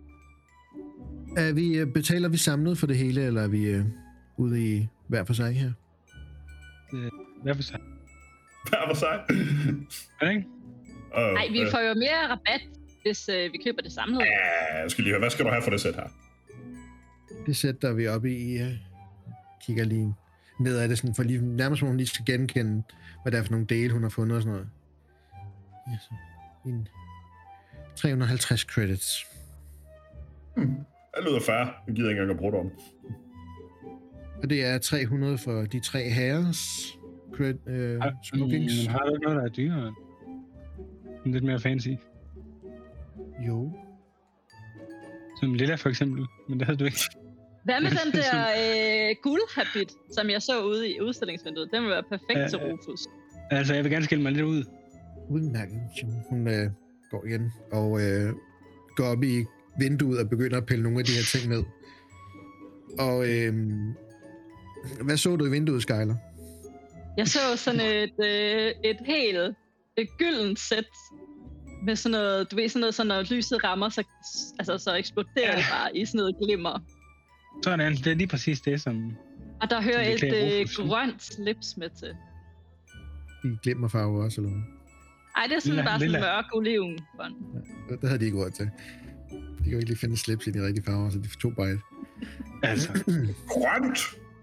Er vi, øh, betaler vi samlet for det hele, eller er vi øh, ude i hver for sig her? Hvad for sig? Hvad for sig? Er det ikke? Uh, Nej, vi får jo mere rabat, hvis øh, vi køber det samlet. Ja, jeg skal lige høre, hvad skal du have for det sæt her? Det sætter vi op i. Jeg kigger lige ned ad det, sådan, for lige, nærmest som hun lige skal genkende, hvad det er for nogle dele, hun har fundet og sådan noget. Ja, så en tre hundrede og halvtreds credits. Hmm. Det lyder fair. Jeg gider ikke engang at bruge det om. Og det er tre hundrede for de tre herres cred, øh, smokings. Men har du ikke noget, der er dyrere? Lidt mere fancy. Jo. Som Lilla for eksempel, men det havde du ikke. Hvad med den der øh, guldhabit, som jeg så ude i udstillingsvinduet? Den vil være perfekt Ja, til ja. Rufus. Altså, jeg vil gerne skille mig lidt ud. Udmærket. Hun øh, går igen og øh, går op i vinduet og begynder at pille nogle af de her ting ned. Og øh, hvad så du i vinduet, Skyler? Jeg så sådan et, øh, et helt et gyldent sæt med sådan noget, du ved, sådan noget, sådan når lyset rammer, så, altså, så eksploderer Ja. det bare i sådan noget glimmer. Sådan, det er lige præcis det, som... Og der hører Det et klæder øh, Rufus, ikke? grønt slips med til. I glimmerfarve også, eller hvad? Ej, det er sådan Lilla- bare sådan lilla. mørk olivengrøn. Ja, det havde de ikke råd til. De kan jo ikke lige finde slips i de rigtige farver, så de tog bare et. Altså, Grønt!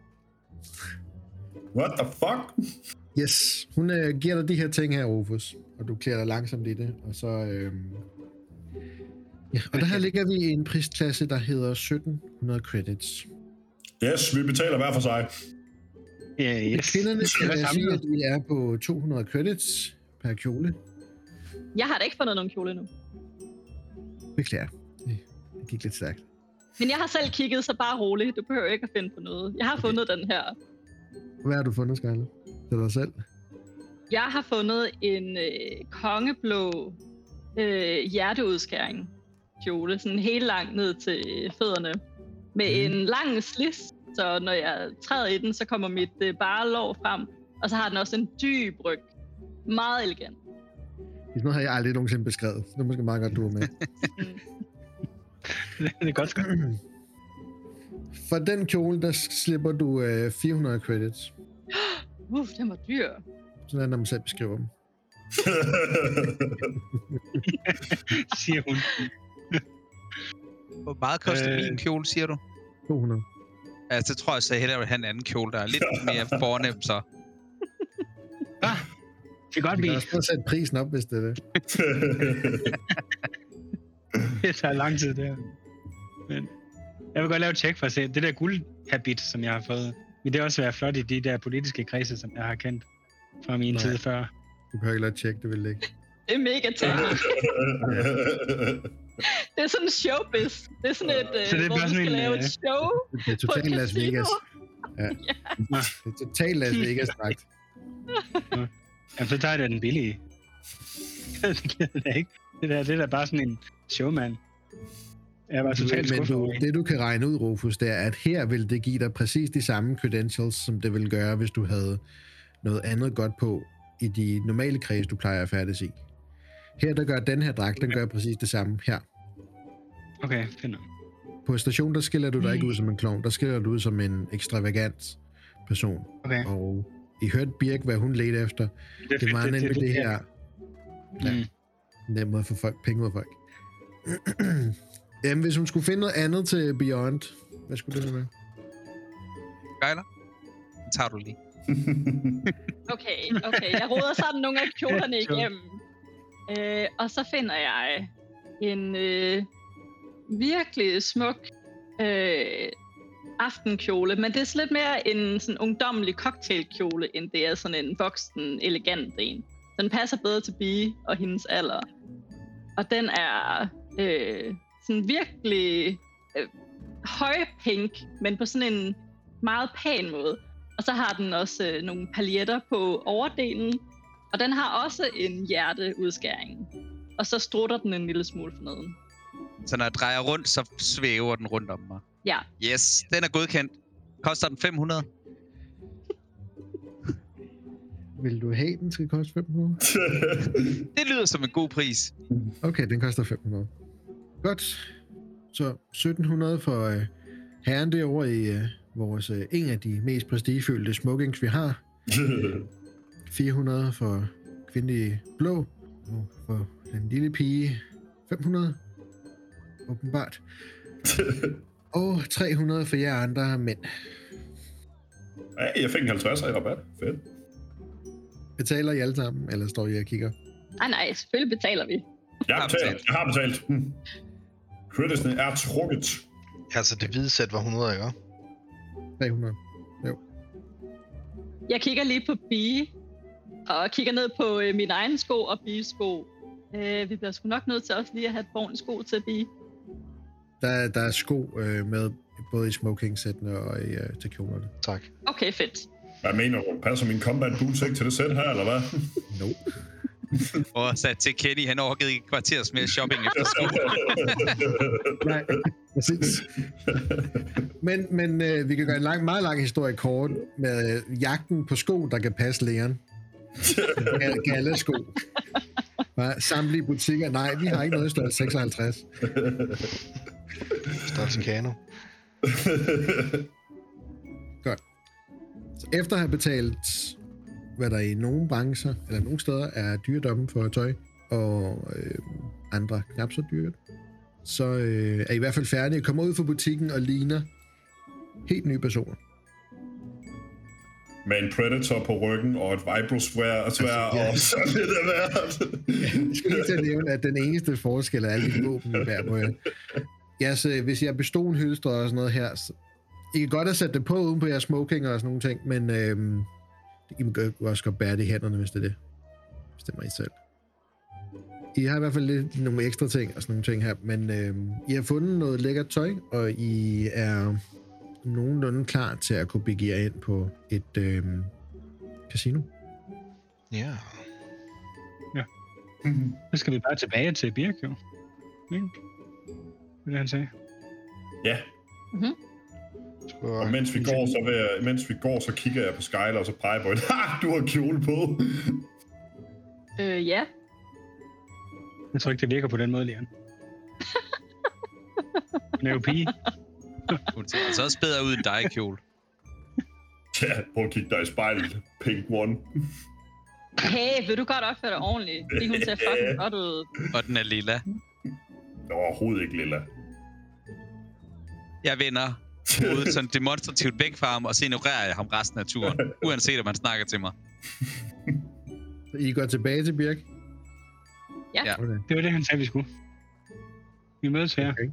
What the fuck? Yes, hun øh, giver dig de her ting her, Rufus, og du klæder dig langsomt i det, og så... Øh... Ja, og der her ligger vi i en prisklasse, der hedder sytten hundrede credits. Yes, vi betaler hver for sig. ja, yes. Kvinderne Det skal er jeg sige, samlet. at vi er på to hundrede credits per kjole. Jeg har da ikke fundet nogen kjole nu. Beklager, det det gik lidt stærkt. Men jeg har selv kigget, så bare roligt. Du behøver ikke at finde på noget. Jeg har Okay. fundet den her. Hvad har du fundet, Skyler? Til dig selv? Jeg har fundet en øh, kongeblå øh, hjerteudskæring kjole. Sådan helt langt ned til fødderne. Med Mhm. en lang slis. Så når jeg træder i den, så kommer mit øh, bare lår frem. Og så har den også en dyb ryg. Meget elegant. Sådan noget har jeg aldrig nogensinde beskrevet. Så det er måske meget godt, du er med. Det er godt sgu. For den kjole, der slipper du øh, fire hundrede credits. Uh, den var dyr. Sådan er det, når man selv beskriver dem. Siger hun. Hvor meget koster Øh. min kjole, siger du? to hundrede. Altså, så tror jeg så hellere, at have en anden kjole, der er lidt mere fornem, så. Ah, det kan godt Vi kan blive. også prøve at sætte prisen op, hvis det er det. Det tager lang tid, det her. Men jeg vil godt lave et tjek for at se. Det der guldhabit, som jeg har fået, vil det også være flot i de der politiske kredse, som jeg har kendt fra min Nej. tid før. Du behøver ikke lade tjekke, det vil det ikke. Det er mega teknisk. Det er sådan en showbiz. Det er sådan et, øh, Så det er hvor bare vi sådan skal en, lave øh, et show. Det er På totalt Las casino. Vegas. Ja. Nå, Det er totalt Las Vegas-dragt. jamen, så tager jeg da den billige. Det gider jeg da ikke. Det der, det er da bare sådan en showman. Jeg var totalt Men skuffet du, over en. det du kan regne ud, Rufus, det er, at her vil det give dig præcis de samme credentials, som det ville gøre, hvis du havde noget andet godt på i de normale kreds, du plejer at færdes i. Her, der gør den her dragt, den gør præcis det samme her. Okay, finder. På stationen, der skiller du dig ikke ud som en klovn, der skiller du ud som en ekstravagant person. Okay. Og I hørte Birk, hvad hun ledte efter. Det er meget nemt med det her. Ja. Mm. Nem måde at få folk, penge ud af folk. Jamen, hvis hun skulle finde noget andet til Beyond, hvad skulle det så være? Skyler? Den tager du lige. Okay, okay. Jeg roder sådan nogle af kjolerne igennem. Øh, og så finder jeg en øh, virkelig smuk øh, aftenkjole, men det er lidt mere en sådan ungdommelig cocktailkjole, end det er sådan en voksen, elegant en. Den passer bedre til Bee og hendes alder. Og den er øh, sådan virkelig øh, højpink, men på sådan en meget pæn måde. Og så har den også øh, nogle paljetter på overdelen, og den har også en hjerteudskæring. Og så strutter den en lille smule forneden. Så når jeg drejer rundt, så svæver den rundt om mig. Ja. Yes, den er godkendt. Koster den fem hundrede? Vil du have, den skal koste fem hundrede? Det lyder som en god pris. Okay, den koster fem hundrede. Godt. Så sytten hundrede for øh, herren derovre i øh, vores, øh, en af de mest prestigefyldte smokings, vi har. fire hundrede for kvindelige blå. Og for den lille pige fem hundrede. Åbenbart. Og tre hundrede for jer andre mænd. Hey, jeg fik en halvtreds i rabat. Fedt. Betaler I alle sammen, eller står I og kigger? Ah, nej, selvfølgelig betaler vi. Jeg har betalt. Jeg har betalt. Hmm. Creditsen er trukket. Altså, det hvide sæt var hundrede, ikke? tre hundrede. Jo. Jeg kigger lige på Bee, og kigger ned på øh, mine egne sko og Bees sko. Øh, vi bliver sgu nok nødt til også lige at have et ordentligt sko til Bee. Der, der er sko øh, med, både i smoking-sættene og i, øh, til kjolerne. Tak. Okay, fedt. Hvad mener du? Passer min combat boots ikke til det sæt her, eller hvad? Nope. Og sat til Kenny, han overgivet et kvarters mere shopping efter sko. Nej, præcis. Men, men øh, vi kan gøre en lang, meget lang historie kort med øh, jagten på sko, der kan passe lægeren. Galle sko. Bare samtlige butikker. Nej, vi har ikke noget i størrelse seksoghalvtreds. Størrelse kano. Godt. Så efter at have betalt, hvad der i nogle brancher, eller nogle steder, er dyredomme for tøj, og øh, andre knap så dyrt, så øh, er I i hvert fald færdige. Kommer ud fra butikken og ligner helt nye personer. Med en Predator på ryggen og et Vibrosvær altså, ja. Og sådan lidt af hvert. Jeg skal lige til at nævne, at den eneste forskel er alle de våben, I bærer på jer. Ja, så hvis jeg bestod en hylstre og sådan noget her, så I kan godt have sat det på uden på jeres smoking og sådan nogle ting, men øhm, I må også godt bære det i hænderne, hvis det er det. Bestemmer I selv. I har i hvert fald lidt nogle ekstra ting og sådan nogle ting her, men øhm, I har fundet noget lækkert tøj, og I er nogenlunde klar til at kunne begive jer ind på et øhm, casino. Ja. Ja. Så skal vi bare tilbage til Birk, jo. Ikke? Det er det, han sagde. Ja. Mm-hmm. Og mens vi går, så, jeg, mens vi går, så kigger jeg på Skyler, og så peger på et, ha, du har kjole på. Øh, ja. Jeg tror ikke, det virker på den måde, Leon. Hun er jo pige. Hun ser altså også bedre ud end dig, kjole. Ja, prøv at kigge dig i spejlet, pink one. Hey, vil du godt opføre dig ordentligt? Fordi hun ser fucking godt ud. Og den er lilla. Det var overhovedet ikke lilla. Jeg vender hovedet sådan demonstrativt væk fra ham, og så ignorerer jeg ham resten af turen. Uanset om han snakker til mig. Så I går tilbage til Birk? Ja. Ja. Okay. Det var det, han sagde, vi skulle. Vi mødes her. Okay.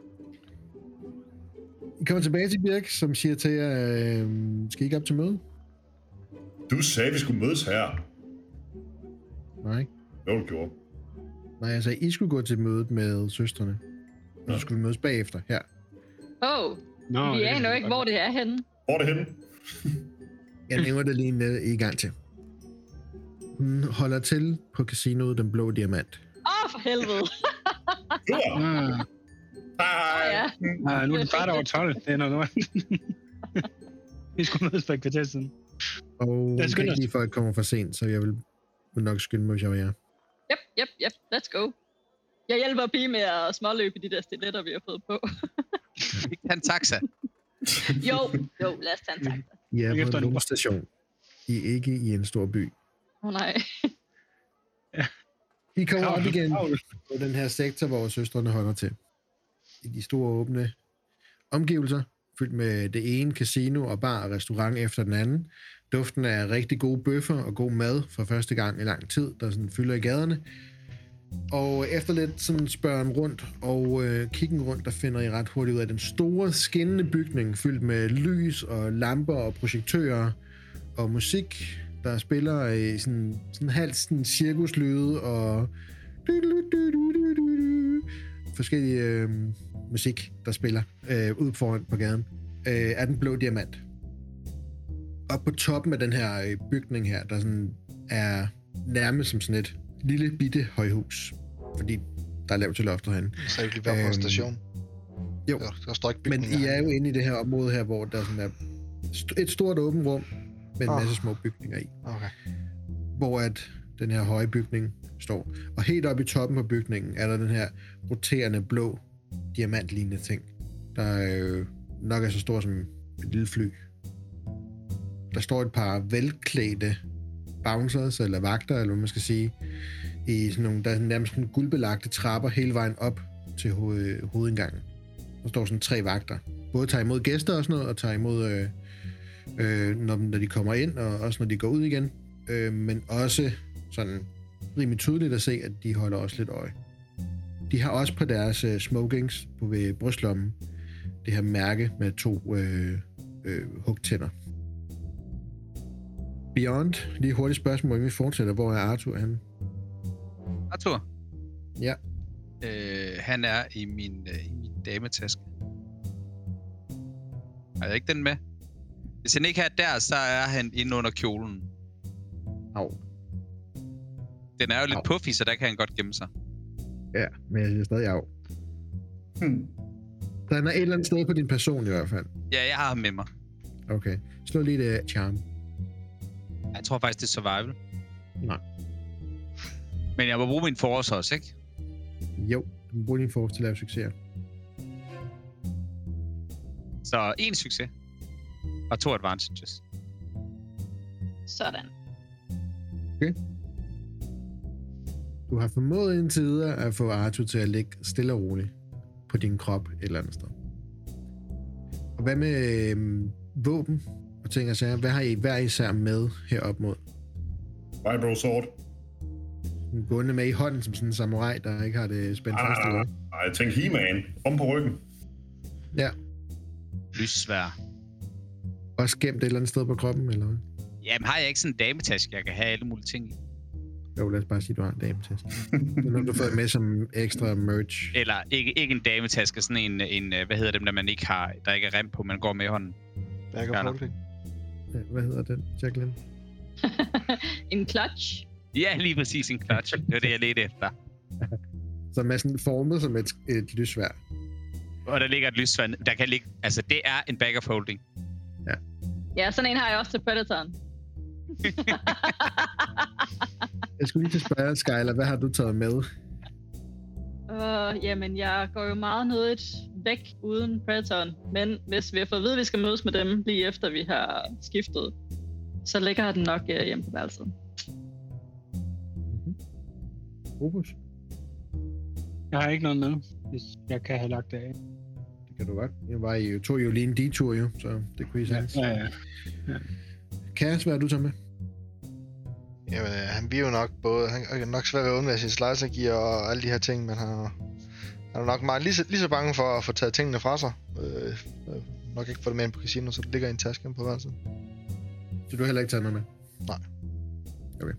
I kommer tilbage til Birk, som siger til jer, øh, skal I ikke op til møde? Du sagde, vi skulle mødes her. Nej. Jo, du gjorde. Nej, jeg sagde, I skulle gå til mødet med søstrene. Og så skulle vi mødes bagefter, her. Åh, oh, Nå, vi det aner jo ikke, hvor det er henne. Hvor er det henne? Jeg nævner det lige nede i gang til. Hun holder til på casinoet Den Blå Diamant. Åh, oh, for helvede. Ja. Ah, Hej. Ja. ah, nu er det bare over tolv. Det er noget noget. Vi skulle mødes for et kvarter siden. Og Lad os kan skynde ikke os. lige folk kommer for sent, så jeg vil, vil nok skynde mig, hvis jeg var jer. Yep, yep, yep. Let's go. Jeg hjælper Pige med at småløbe i de der stiletter, vi har fået på. Vi kan en taxa. Jo, jo, lad os tage en taxa. I er Ikke på efter en en uge. rumstation. I er ikke i en stor by. Åh oh, nej. I kommer op Kravl, igen kravl. på den her sektor, hvor søstrene holder til. I de store åbne omgivelser. fyldt med det ene casino og bar og restaurant efter den anden. Duften af rigtig gode bøffer og god mad for første gang i lang tid, der sådan fylder i gaderne. Og efter lidt sådan spørgen rundt og øh, kiggen rundt, der finder I ret hurtigt ud af den store, skinnende bygning, fyldt med lys og lamper og projektører og musik, der spiller i sådan, sådan halvt sådan cirkuslyde og forskellige øh, musik, der spiller øh, ud foran på gaden, øh, er den blå diamant. Op på toppen af den her øh, bygning her, der sådan er nærmest som sådan et lille bitte højhus, fordi der er lavt til loftet herinde. Så I bliver på en station. Jo, der, der står ikke men bygninger. I er jo inde i det her område her, hvor der sådan er et stort åbent rum med en Oh. masse små bygninger i. Okay. Hvor at den her høje bygning står. Og helt oppe i toppen på bygningen er der den her roterende blå diamantlignende ting, der øh, nok er så stor som et lille fly. Der står et par velklædte bouncers, eller vagter, eller hvad man skal sige, i sådan nogle, der er nærmest sådan guldbelagte trapper hele vejen op til hoved, hovedindgangen. Der står sådan tre vagter. Både tager imod gæster og sådan noget, og tager imod, øh, øh, når, når de kommer ind, og også når de går ud igen. Øh, men også sådan rimelig tydeligt at se, at de holder også lidt øje. De har også på deres øh, smokings på ved brystlommen det her mærke med to øh, øh, hugtænder. Beyond, lige hurtigt spørgsmål, inden vi fortsætter. Hvor er Arthur henne? Arthur? Ja. Øh, han er i min, øh, i min dametaske. Har jeg ikke den med? Hvis han ikke er der, så er han inde under kjolen. Au. Den er jo lidt Au. puffy, så der kan han godt gemme sig. Ja, men jeg siger stadig af. Hmm. Den er et eller andet sted på din person i hvert fald. Ja, jeg har ham med mig. Okay. Slå lige det charm. Jeg tror faktisk, det er survival. Nej. Men jeg må bruge min force også, ikke? Jo, du må bruge din force til at lave succeser. Så en succes. Og to advantages. Sådan. Du har formået indtil videre at få Arthur til at ligge stille og roligt på din krop et eller andet sted. Og hvad med øh, våben og ting og sager? Hvad har I hver især med herop mod? Vibro Sword. Gående med i hånden som sådan en samurai, der ikke har det spændt fast i Ah, noget. nej, jeg tænkte He-Man. Om på ryggen. Ja. Lyssvær. Også gemt et eller andet sted på kroppen, eller hvad? Jamen, har jeg ikke sådan en dametaske, jeg kan have alle mulige ting i? Jo, lad os bare sige, at du har en dametest. Det er noget, du får med som ekstra merch. Eller ikke, ikke en dametaske, sådan en, en, hvad hedder dem, der man ikke har, der ikke er rem på, man går med i hånden. Back of Gerne. holding. Ja, hvad hedder den, Jacqueline? En clutch. Ja, lige præcis en clutch. Det var det, jeg ledte efter. Som er sådan formet som et, et lysværd. Og der ligger et lyssvær. Der kan ligge, altså det er en bag of holding. Ja, sådan en har jeg også til Predatoren. Jeg skulle lige til at spørge, Skyler, hvad har du taget med? Uh, jamen, jeg går jo meget nødigt væk uden Predatoren. Men hvis vi har fået at vide, at vi skal mødes med dem lige efter vi har skiftet, så ligger den nok uh, hjemme på værelset. Rufus? Jeg har ikke noget med, hvis jeg kan have lagt det af. Det kan du godt. Jeg var jo, tog jo lige en detur jo, så det kunne I sagtens. Ja, ja. ja. Cass, hvad har du taget med? Jamen, øh, han bliver jo nok både... Han er nok svært ved at undvære sit slicer gear og alle de her ting, men han er, han er nok meget lige så, lige så bange for at få taget tingene fra sig. Øh, øh, nok ikke få det med ind på casino, så det ligger i en taske på hver side. Så du har heller ikke taget noget med? Nej. Okay.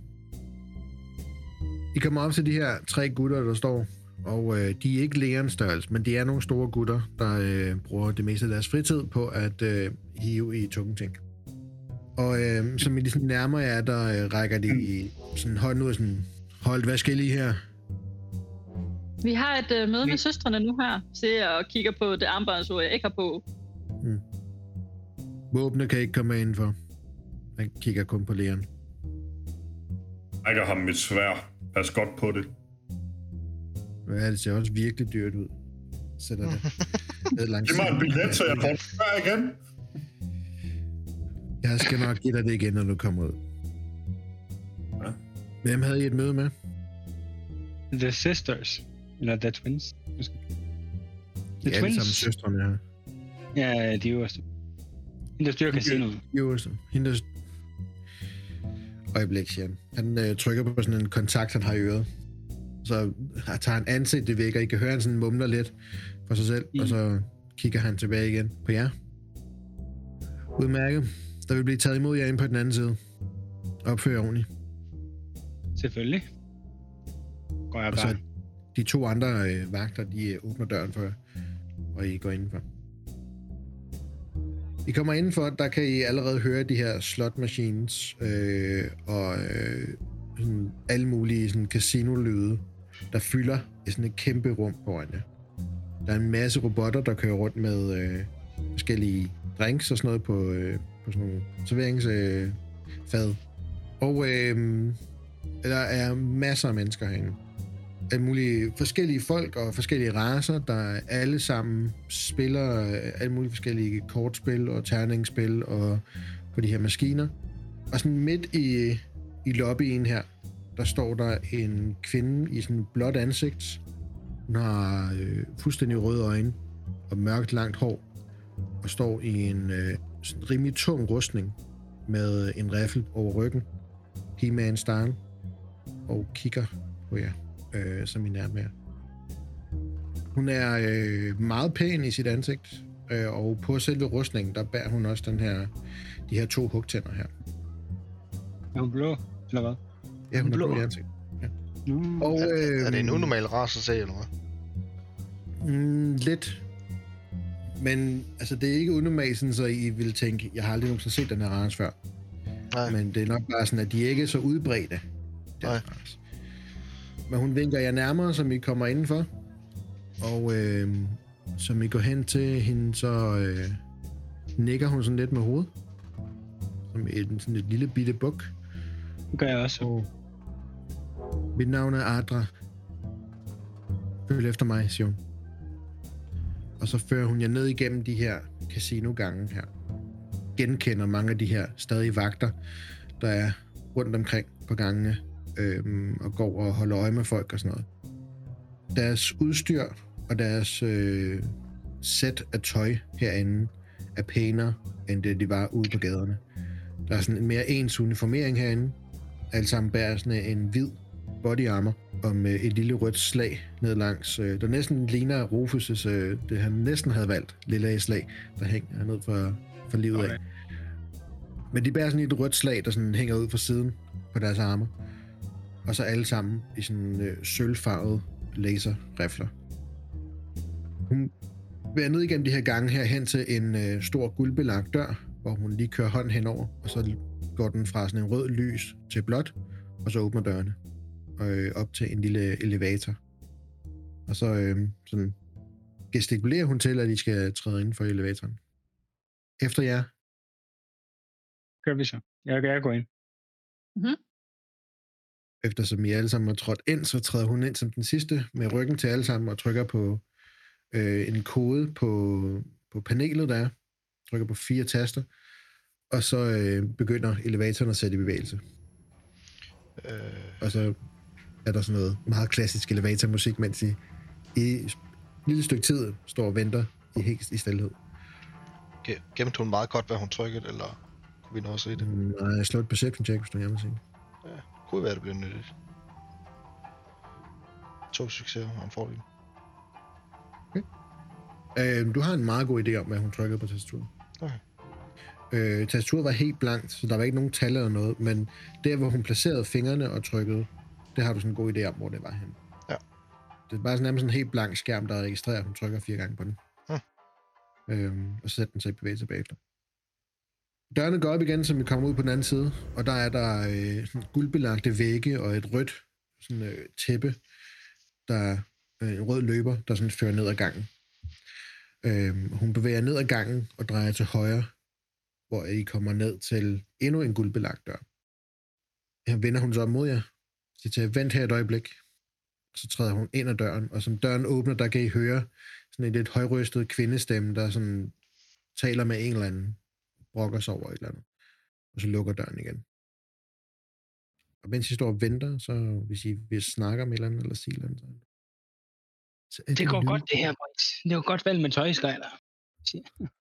I kommer op til de her tre gutter, der står, og øh, de er ikke lærens størrelse, men de er nogle store gutter, der øh, bruger det meste af deres fritid på at øh, hive i tunge ting. Og øh, som I ligesom nærmer jer, der øh, rækker de i sådan hånden ud og sådan, hold, hvad skal I lige her? Vi har et uh, møde med søstrene nu her. Ser og kigger på det armbåndsur, jeg ikke har på. Hmm. Våbne kan ikke komme med indenfor. Han kigger kun på lægeren. Jeg kan ham mit svær. Pas godt på det. Ja, det ser også virkelig dyrt ud. Sætter det ned langs. Giv mig en billet, så jeg får det svær igen. Jeg skal nok give dig det igen, når du kommer ud. Ja. Hvem havde I et møde med? The Sisters. Eller The Twins. Måske. De The er alle Twins. sammen søstrene her. Ja, de øverste. Hende, der styrer casinoet. Jo, så. Hende, der... Øjeblik, siger han. Han øh, trykker på sådan en kontakt, han har i øret. Så han tager han ansigtet væk, og I kan høre, han sådan mumler lidt for sig selv, mm. og så kigger han tilbage igen på jer. Udmærket. Der vil blive taget imod jer inde på den anden side. Opfør ordentligt. Selvfølgelig. Går jeg Og bare. så de to andre øh, vagter, de øh, åbner døren for jer, og I går indenfor. I kommer indenfor, der kan I allerede høre de her slot machines øh, og øh, sådan alle mulige sådan casino-lyde, der fylder i sådan et kæmpe rum foran jer. Der er en masse robotter, der kører rundt med øh, forskellige drinks og sådan noget på, øh, på sådan nogle serveringsfad. Øh, og øh, der er masser af mennesker herinde. Alle mulige forskellige folk og forskellige racer, der alle sammen spiller alle mulige forskellige kortspil og terningsspil og på de her maskiner. Og sådan midt i, i lobbyen her, der står der en kvinde i sådan et blåt ansigt. Hun har øh, fuldstændig røde øjne og mørkt langt hår og står i en øh, sådan rimelig tung rustning med en riffel over ryggen, He-Man style, og kigger på jer. Øh, som I nærmer jer. Hun er øh, meget pæn i sit ansigt, øh, og på selve rustningen, der bærer hun også den her, de her to hugtænder her. Er hun blå, eller hvad? Ja, hun er Blå. blå i ansigt. Ja. Mm. Og, øh, Er, er det en unormal race at se, eller hvad? Mm, lidt. Men altså, det er ikke unormalt, sådan, så I vil tænke, jeg har aldrig nogensinde set den her race før. Nej. Men det er nok bare sådan, at de ikke er så udbredte. Nej. Race. Men hun vinker jer nærmere, som I kommer indenfor. Og øh, som I går hen til hende, så øh, nikker hun sådan lidt med hovedet. Som et, sådan et lille bitte buk. Det gør jeg også. Og mit navn er Adra. Følg efter mig, siger hun. Og så fører hun jer ned igennem de her casinogange her. Genkender mange af de her stadige vagter, der er rundt omkring på gangene. Øhm, og går og holder øje med folk og sådan noget. Deres udstyr og deres øh, sæt af tøj herinde er pænere, end det de var ude på gaderne. Der er sådan en mere ens uniformering herinde. Alle sammen bærer sådan en hvid body armor og med et lille rødt slag ned langs, øh, der næsten ligner Rufus' øh, det han næsten havde valgt, lille slag, der hænger ned for, for livet Okay. af. Men de bærer sådan et rødt slag, der sådan hænger ud fra siden på deres arme. Og så alle sammen i sådan øh, sølvfarvede laserrifler. Hun vil ned igennem de her gange her hen til en øh, stor guldbelagt dør, hvor hun lige kører hånden henover, og så går den fra sådan en rød lys til blåt, og så åbner dørene øh, op til en lille elevator. Og så øh, sådan gestikulerer hun til, at de skal træde ind for elevatoren. Efter jer. Gør vi så. Jeg, jeg går ind. Mhm. Eftersom I alle sammen har trådt ind, så træder hun ind som den sidste med ryggen til alle sammen og trykker på øh, en kode på, på panelet, der er. Trykker på fire taster, og så øh, begynder elevatoren at sætte i bevægelse. Øh, Og så er der sådan noget meget klassisk elevatormusik, mens I i et lille stykke tid står og venter i helt i stilhed. ge- gemte hun meget godt, hvad hun trykkede, eller kunne vi nå at se det? Mm, Nej, jeg slår et perception check, hvis du gerne vil sige. Ja, kunne være, det bliver nyttigt. To succeser og en fordel. Øh, du har en meget god idé om, hvad hun trykkede på tastaturet. Okay. Øh, tastaturet var helt blankt, så der var ikke nogen tal eller noget, men der, hvor hun placerede fingrene og trykkede, det har du sådan en god idé om, hvor det var henne. Ja. Det er bare sådan nærmest sådan en helt blank skærm, der registrerer, at hun trykker fire gange på den. Hmm. Øhm, og så sætter den sig i bevægelse bagefter. Dørene går op igen, så vi kommer ud på den anden side, og der er der øh, sådan guldbelagte vægge og et rødt sådan, øh, tæppe, der øh, en rød løber, der sådan fører ned ad gangen. Øhm, hun bevæger ned ad gangen og drejer til højre, hvor I kommer ned til endnu en guldbelagt dør. Her vender hun så op mod jer. Så til vent her et øjeblik. Så træder hun ind ad døren, og som døren åbner, der kan I høre sådan en lidt højrøstet kvindestemme, der sådan taler med en eller anden, brokker sig over et eller andet. Og så lukker døren igen. Og mens I står og venter, så hvis I vil snakke om et eller andet, eller sige et eller andet, så... så er Det går lyd- godt, det her, boys. Det var godt valg med tøj, Skyler.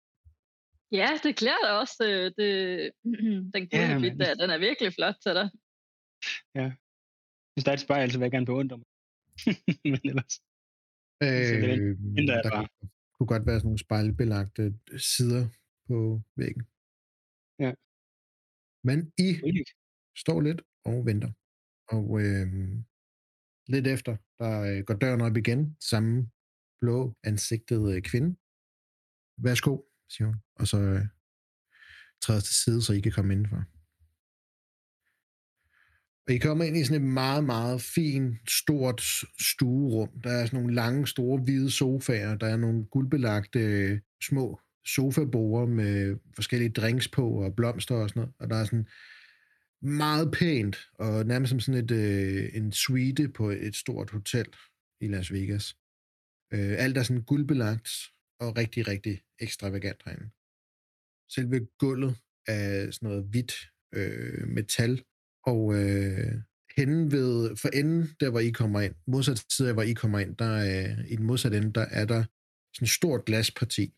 Ja, det klæder da også. øh, Det, den gule Ja, ja, men- bit der, den er virkelig flot til dig. Hvis der er et spejl, så vil jeg gerne beundre mig. Men ellers, Så det Øh, venter jeg der bare. kunne, kunne godt være sådan nogle spejlbelagte sider på væggen. Ja. Men I Rigeligt. står lidt og venter. Og øh, lidt efter, der øh, går døren op igen. Samme blå ansigtede øh, kvinde. Værsgo, siger hun. Og så øh, træder til side, så I kan komme indenfor. Og I kommer ind i sådan et meget, meget fint, stort stuerum. Der er sådan nogle lange, store, hvide sofaer. Der er nogle guldbelagte øh, små sofaborde med forskellige drinks på og blomster og sådan noget. Og der er sådan meget pænt, og nærmest som sådan et, øh, en suite på et stort hotel i Las Vegas. Øh, alt er sådan guldbelagt og rigtig, rigtig ekstravagant herinde. Selve gulvet er sådan noget hvidt øh, metal, og øh, henne ved, for enden, der hvor I kommer ind, modsat side, hvor I kommer ind, der er, i den modsatte ende, der er der sådan et stort glasparti.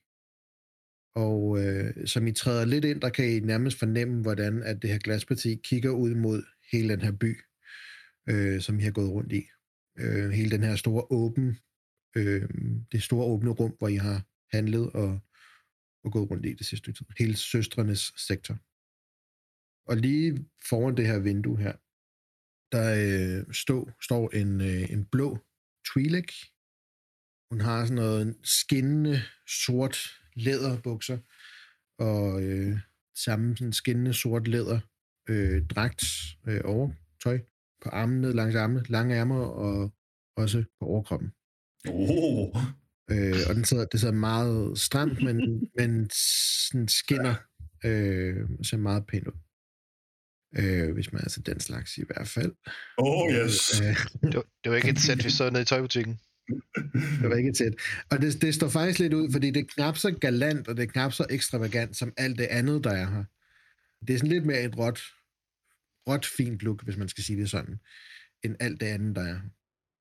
Og øh, som I træder lidt ind, der kan I nærmest fornemme, hvordan at det her glasparti kigger ud mod hele den her by, øh, som I har gået rundt i. Øh, hele den her store åben, øh, det store åbne rum, hvor I har handlet og, og gået rundt i det sidste tid. Hele søstrenes sektor. Og lige foran det her vindue her, der øh, stå, står en, øh, en blå Twi'lek. Hun har sådan noget skinnende sort læderbukser og øh, samme sådan skinnende sort læder øh, dragt øh, overtøj på armen, ned langs armene, lange ærmer og også på overkroppen. Oh. Øh, og den sidder, det sidder meget stramt, men, men sådan skinner øh, ser meget pænt ud. Øh, hvis man er altså den slags i hvert fald. Oh, yes. Øh, Det var, det var ikke et sæt, vi så nede i tøjbutikken. det var ikke tæt. Og det, det står faktisk lidt ud, fordi det er knap så galant, og det er knap så ekstravagant, som alt det andet, der er her. Det er sådan lidt mere et råt, råt fint look, hvis man skal sige det sådan, end alt det andet, der er her.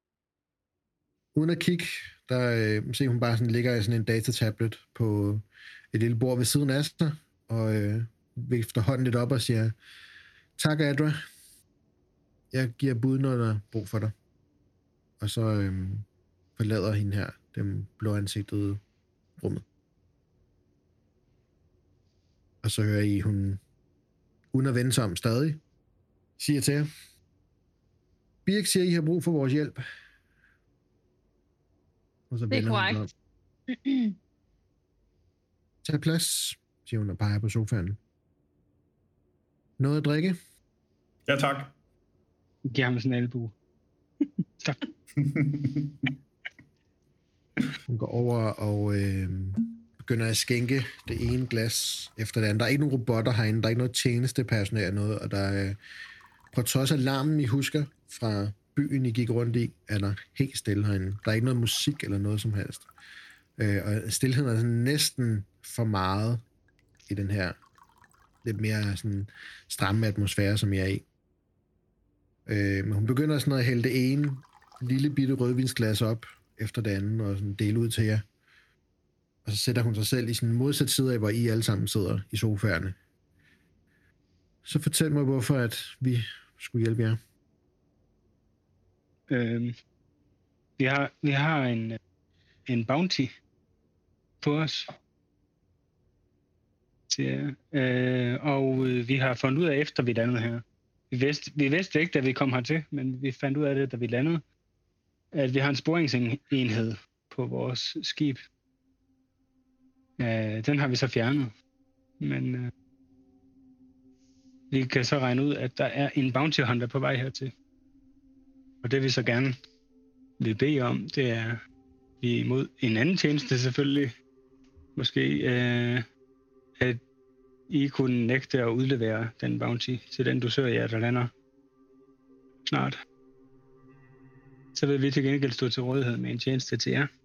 Uden at kigge, der øh, ser hun bare sådan, ligger i sådan en datatablet på et lille bord ved siden af sig, og øh, vifter hånden lidt op og siger, tak Adra, jeg giver bud, når der er brug for dig. Og så øh, forlader hende her, den blå ansigtede rummet. Og så hører I, hun uden at vende sig om stadig, siger til jer, Birk siger, I har brug for vores hjælp. Og så Det er vender hun sig korrekt. om. Tag plads, siger hun og peger på sofaen. Noget at drikke? Ja, tak. Giv ham sådan en albue. Tak. Hun går over og øh, begynder at skænke det ene glas efter det andet. Der er ikke nogen robotter herinde, der er ikke noget tjenestepersonale eller noget, og der er, på trods af larmen, I husker fra byen, I gik rundt i, er der helt stille herinde. Der er ikke noget musik eller noget som helst. Øh, og stillheden er sådan næsten for meget i den her lidt mere sådan stramme atmosfære, som jeg er i. Øh, men hun begynder sådan at hælde det ene lille bitte rødvinsglas op efter det andet, og sådan dele ud til jer. Og så sætter hun sig selv i sådan en modsat side af, hvor I alle sammen sidder i sofaerne. Så fortæl mig, hvorfor at vi skulle hjælpe jer. Øhm, vi har, vi har en, en bounty på os. Til, øh, og øh, vi har fundet ud af, efter vi landede her. Vi vidste, vi vidste ikke, da vi kom hertil, men vi fandt ud af det, da vi landede, at vi har en sporingsenhed på vores skib. Øh, den har vi så fjernet. Men øh, vi kan så regne ud, at der er en bounty hunter på vej hertil. Og det vi så gerne vil bede om, det er vi er imod en anden tjeneste selvfølgelig. Måske øh, at I kunne nægte at udlevere den bounty til den dusør, jer, der lander snart. Så vil vi til gengæld stå til rådighed med en tjeneste til jer.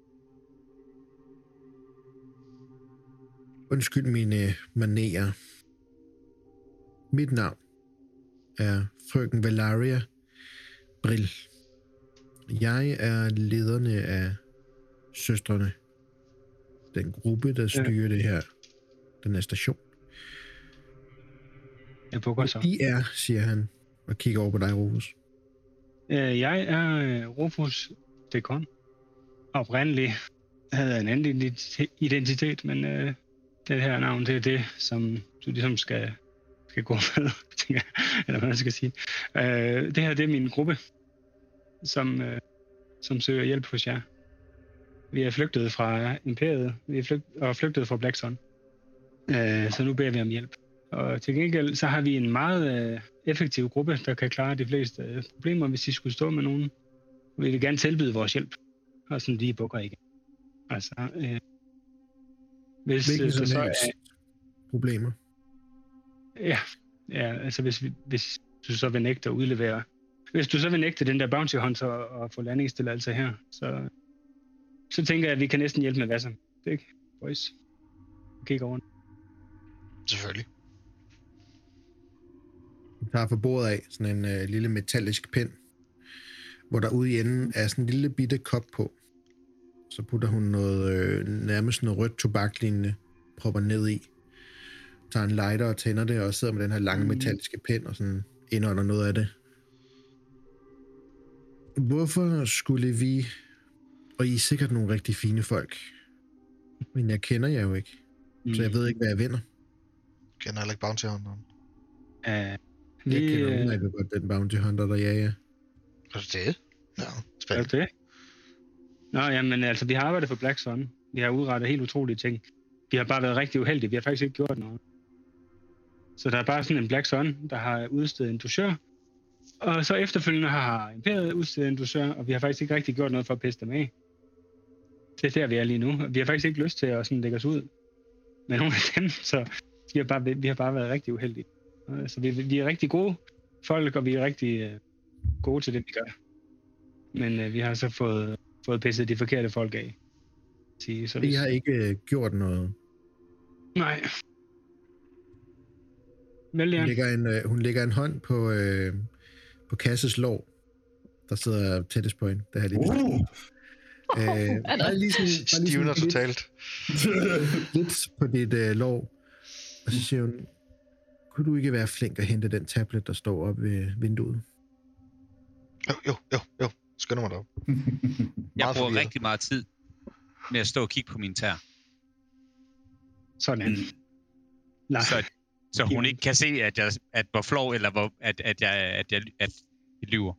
Undskyld mine manerer. Mit navn er frøken Valeria Brill. Jeg er lederne af søstrene. Den gruppe, der styrer ja. det her den her station. Jeg bukker så. I er, siger han, og kigger over på dig, Rufus. Øh, jeg er øh, Rufus Dekon. Oprindeligt havde jeg en anden identitet, men øh, det her navn, det er det, som du ligesom skal, skal gå med, tænker jeg, eller hvad man skal sige. Øh, det her, det er min gruppe, som, øh, som søger hjælp hos jer. Vi er flygtet fra Imperiet, vi er flygt, og flygtet fra Black Sun. Øh, så nu beder vi om hjælp. Og til gengæld, så har vi en meget øh, effektiv gruppe, der kan klare de fleste øh, problemer, hvis de skulle stå med nogen. Vi vil gerne tilbyde vores hjælp, og sådan lige bukker ikke. Altså, øh, hvis Hvilke øh, som så helst er, problemer? ja, ja, altså hvis, vi, hvis du så vil nægte at udlevere, hvis du så vil nægte den der bounty hunter og få landingstilladelse her, så, så tænker jeg, at vi kan næsten hjælpe med hvad som. Det ikke, boys? Kigger rundt. Selvfølgelig. Hun tager fra bordet af sådan en øh, lille metallisk pind, hvor der ude i enden er sådan en lille bitte kop på. Så putter hun noget, øh, nærmest noget rødt tobaklignende, propper ned i, tager en lighter og tænder det, og sidder med den her lange metalliske pind og sådan indånder noget af det. Hvorfor skulle vi, og I er sikkert nogle rigtig fine folk, men jeg kender jer jo ikke, mm. så jeg ved ikke, hvad jeg vinder. Jeg kender heller ikke Bounty Hunteren. Uh, Vi, vi, jeg kender udmærket uh, godt den Bounty Hunter, der jager. Er det det? Ja, spændende. Er det? Nå, jamen altså, vi har arbejdet for Black Sun. Vi har udrettet helt utrolige ting. Vi har bare været rigtig uheldige. Vi har faktisk ikke gjort noget. Så der er bare sådan en Black Sun, der har udstedet en dusør. Og så efterfølgende har Imperiet udstedet en dusør, og vi har faktisk ikke rigtig gjort noget for at pisse dem af. Det er der, vi er lige nu. Vi har faktisk ikke lyst til at sådan lægge os ud med nogle af dem, så vi har bare, vi har bare været rigtig uheldige. Så vi, vi er rigtig gode folk, og vi er rigtig uh, gode til det, vi gør. Men uh, vi har så fået, fået pisset de forkerte folk af. Sige, så Vi hvis... har ikke uh, gjort noget. Nej. Vel, ja. Hun lægger en, uh, hun lægger en hånd på, uh, på Kasses lår, der sidder tættest på hende. Det her lige Uh! Uh, bare lige sådan, bare lige Stivner sådan totalt. lidt, lidt på dit uh, lår. Og så siger hun, kunne du ikke være flink at hente den tablet, der står oppe ved vinduet? Jo, jo, jo, jo. Skynder mig derop. Jeg Meget bruger forvirret. rigtig meget tid med at stå og kigge på min tær. Sådan. Nej. Så, så hun ikke kan se, at jeg at hvor flov, eller hvor, at, at, jeg, at, jeg, at jeg lyver.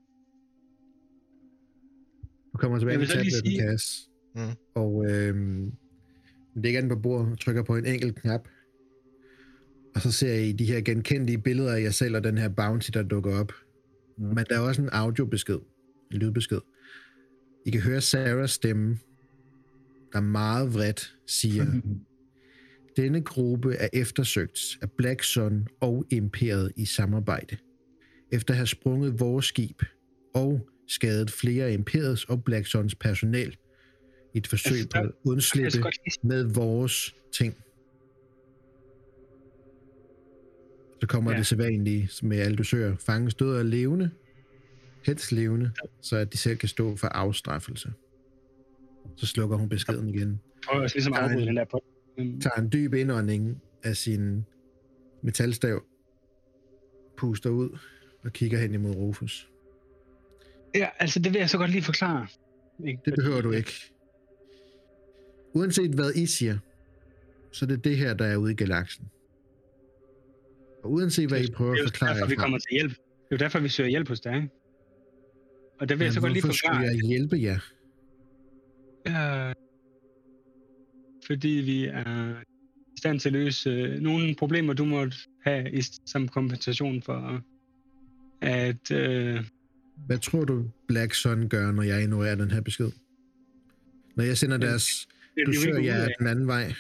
Du kommer tilbage Jeg med vil så lige tabletten, sige- Kass. Mm. Og øh, lægger den på bordet og trykker på en enkelt knap. Og så ser I de her genkendelige billeder af jer selv og den her bounty, der dukker op. Mm. Men der er også en audiobesked, en lydbesked. I kan høre Sarahs stemme, der meget vredt siger, denne gruppe er eftersøgt af Black Sun og Imperiet i samarbejde. Efter at have sprunget vores skib og skadet flere af Imperiets og Black Suns personel i et forsøg Altså, på at Jeg undslippe skal godt lige- med vores ting. Så kommer ja. Ja. det sædvanlige med alle du søger. Fanges døde og levende, helst levende, så at de selv kan stå for afstraffelse. Så slukker hun beskeden igen. Prøv at ligesom Der er afbryde en- den der på. Mm. Tager en dyb indånding af sin metalstav, puster ud og kigger hen imod Rufus. Ja, altså det vil jeg så godt lige forklare. Ikke? Det behøver du ikke. Uanset hvad I siger, så er det det her, der er ude i galaksen. Og uanset hvad I prøver Det at er forklare jo derfor, vi jer kommer til hjælp. Det er jo derfor, vi søger hjælp hos dig. Og det vil jeg så godt lige hvorfor skulle forklare. jeg hjælpe jer? Ja, fordi vi er i stand til at løse øh, nogle problemer, du måtte have i, som kompensation for, at... Øh, Hvad tror du, Black Sun gør, når jeg ignorerer den her besked? Når jeg sender deres... det Du er jo søger ikke ud jer af. den anden vej.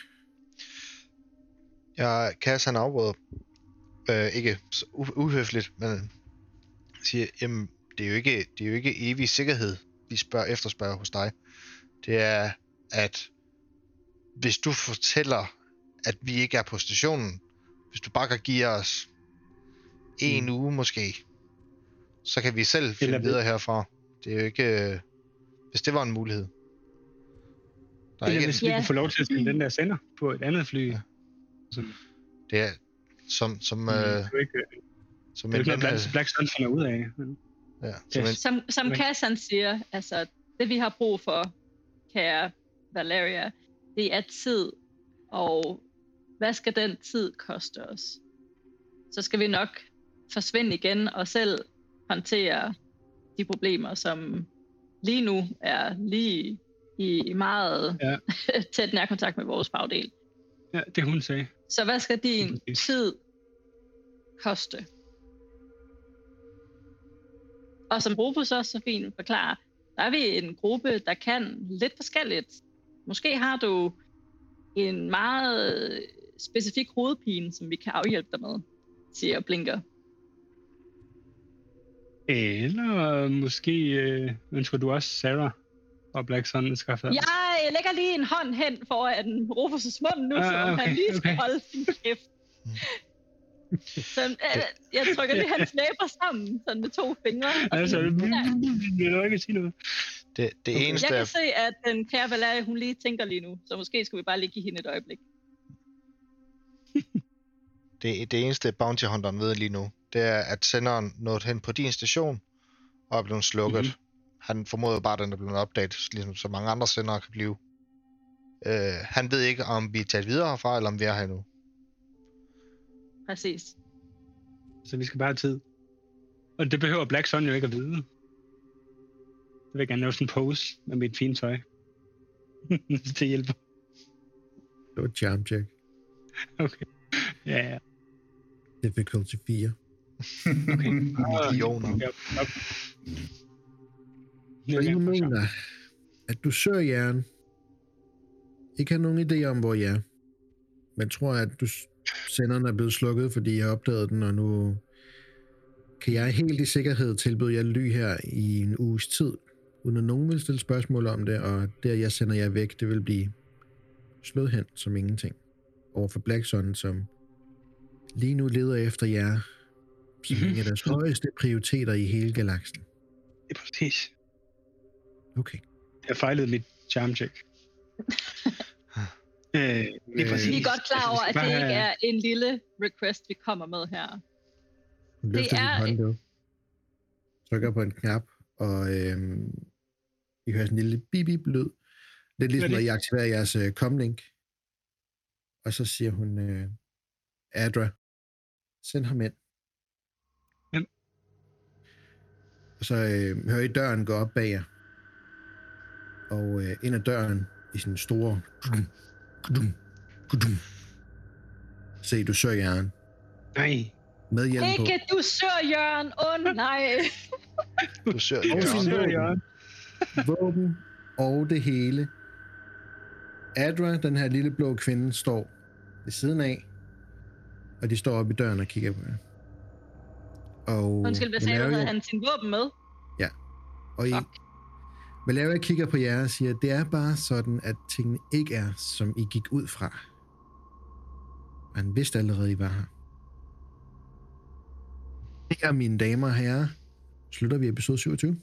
Jeg Kass han afbryder. Øh, ikke så u- uhøfligt, men siger, jamen, det er jo ikke, det er jo ikke evig sikkerhed, vi spørger, efterspørger hos dig. Det er, at hvis du fortæller, at vi ikke er på stationen, hvis du bare kan give os en mm. uge måske, så kan vi selv finde Eller- videre herfra. Det er jo ikke, øh, hvis det var en mulighed. Der er Eller ikke hvis en, vi Ja. kunne få lov til at sende den der sender på et andet fly, Ja. Sådan. Det er som, som, Mm, øh, det er jo ikke, som det er en jo ikke ven, noget, havde- Black Sun finder ud af. Men, ja, som Yes. en, Som, som Okay. Kassan siger, altså det vi har brug for, kære Valeria, det er tid, og hvad skal den tid koste os? Så skal vi nok forsvinde igen og selv håndtere de problemer, som lige nu er lige i meget Ja. tæt nærkontakt med vores bagdel. ja, det hun sagde. Så hvad skal din Præcis. tid koste? Og som Rufus også så fint forklarer, der er vi en gruppe, der kan lidt forskelligt. Måske har du en meget specifik hovedpine, som vi kan afhjælpe dig med, siger Blinker. Eller måske øh, ønsker du også Sarah og Black Sun skaffe dig. Jeg lægger lige en hånd hen foran Rufus' mund nu, Ah, så okay, han lige skal okay. holde sin kæft. Så øh, jeg trykker lige hans læber sammen, sådan med to fingre. og Altså, sådan- det Ja. er jo ikke at sige noget. det, det Okay. eneste Jeg er, kan se, at den kære Valeria, hun lige tænker lige nu, så måske skal vi bare lige give hende et øjeblik. det, det eneste Bounty Hunteren ved lige nu, det er, at senderen nåede hen på din station og er blevet slukket. Mhm. Mm-hmm. Han formoder bare, at den er blevet opdaget, ligesom så mange andre sendere kan blive. Uh, han ved ikke, om vi er taget videre herfra, eller om vi er her nu. Præcis. Så vi skal bare have tid. Og det behøver Black Sun jo ikke at vide. Jeg vil gerne lave sådan en pose med mit fine tøj. Det hjælper. Det var charm check. Okay. Ja, ja. Difficulty fire. Okay. Millioner. Okay, op. Så I mener, at du søger jern, ikke har nogen idé om, hvor jeg er, men tror, at du senderen er blevet slukket, fordi jeg opdagede den, og nu kan jeg helt i sikkerhed tilbyde jer ly her i en uges tid, uden at nogen vil stille spørgsmål om det, og der jeg sender jer væk, det vil blive slået hen som ingenting over for Black Sun, som lige nu leder efter jer som en af deres højeste prioriteter i hele galaksen. Det er præcis. Okay. Jeg fejlede mit charm check. øh, Vi er godt klar over, at det ikke er... er en lille request, vi kommer med her. Hun Det løfter er- sin hånd op, trykker på en knap, og øhm, I hører sådan en lille bip-bip lyd. Lidt ligesom, Hvad når er I aktiverer jeres øh, comlink. Og så siger hun, øh, Adra, send ham ind. Hvem? Og så øh, hører I døren gå op bag jer. Og øh, ind ad døren i sådan en stor... Se, du søger jern. Nej. Med hjelm på. Ikke du sør, Jørgen! Åh oh, nej! Du ser Og ja. sin Søger våben. Jørgen. våben og det hele. Adra, den her lille blå kvinde, står ved siden af, og de står oppe i døren og kigger på jer. Og Undskyld, hvad sagde du? Valeria- Havde han sin våben med? Og I, Fuck. Valeria kigger på jer og siger, det er bare sådan, at tingene ikke er, som I gik ud fra. Og han vidste allerede, I var her. Her, mine damer og herrer, slutter vi episode syvogtyve.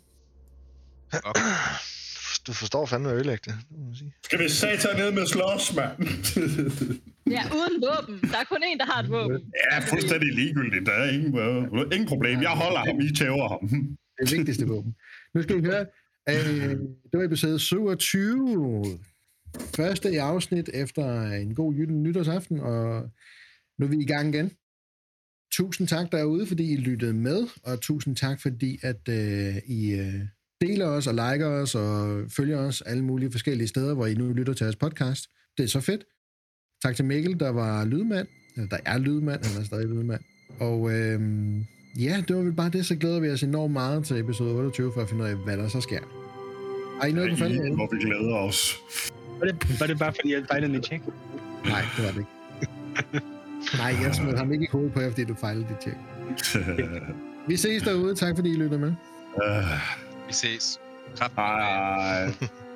Du forstår fandme at ødelægge det, det må man sige. Skal vi satan ned med slås, mand? Ja, uden våben. Der er kun en, der har et våben. Ja, fuldstændig ligegyldigt. Der er ingen, uh, ingen problem. Jeg holder ham, I tæver ham. Det vigtigste våben. Nu skal vi høre. Øh, det var episode syvogtyve. Første i afsnit efter en god jul- nytårsaften, og nu er vi i gang igen. Tusind tak derude, fordi I lyttede med, og tusind tak, fordi at øh, I øh, deler os og liker os og følger os alle mulige forskellige steder, hvor I nu lytter til jeres podcast. Det er så fedt. Tak til Mikkel, der var lydmand. Eller der er lydmand, han er stadig lydmand. Og øh, ja, det var vel bare det, så glæder vi os enormt meget til episode otteogtyve, for at finde ud af, hvad der så sker. Har I noget på faldet? Hvor vi glæder os. Var det, var det bare, fordi jeg fejlede mit check? Nej, det var det ikke. Nej, jeg smed ham ikke i hovedet på jer, fordi du fejlede dit tjek. Vi ses derude. Tak fordi I lytter med. Uh, Vi ses. Kraft. Hej.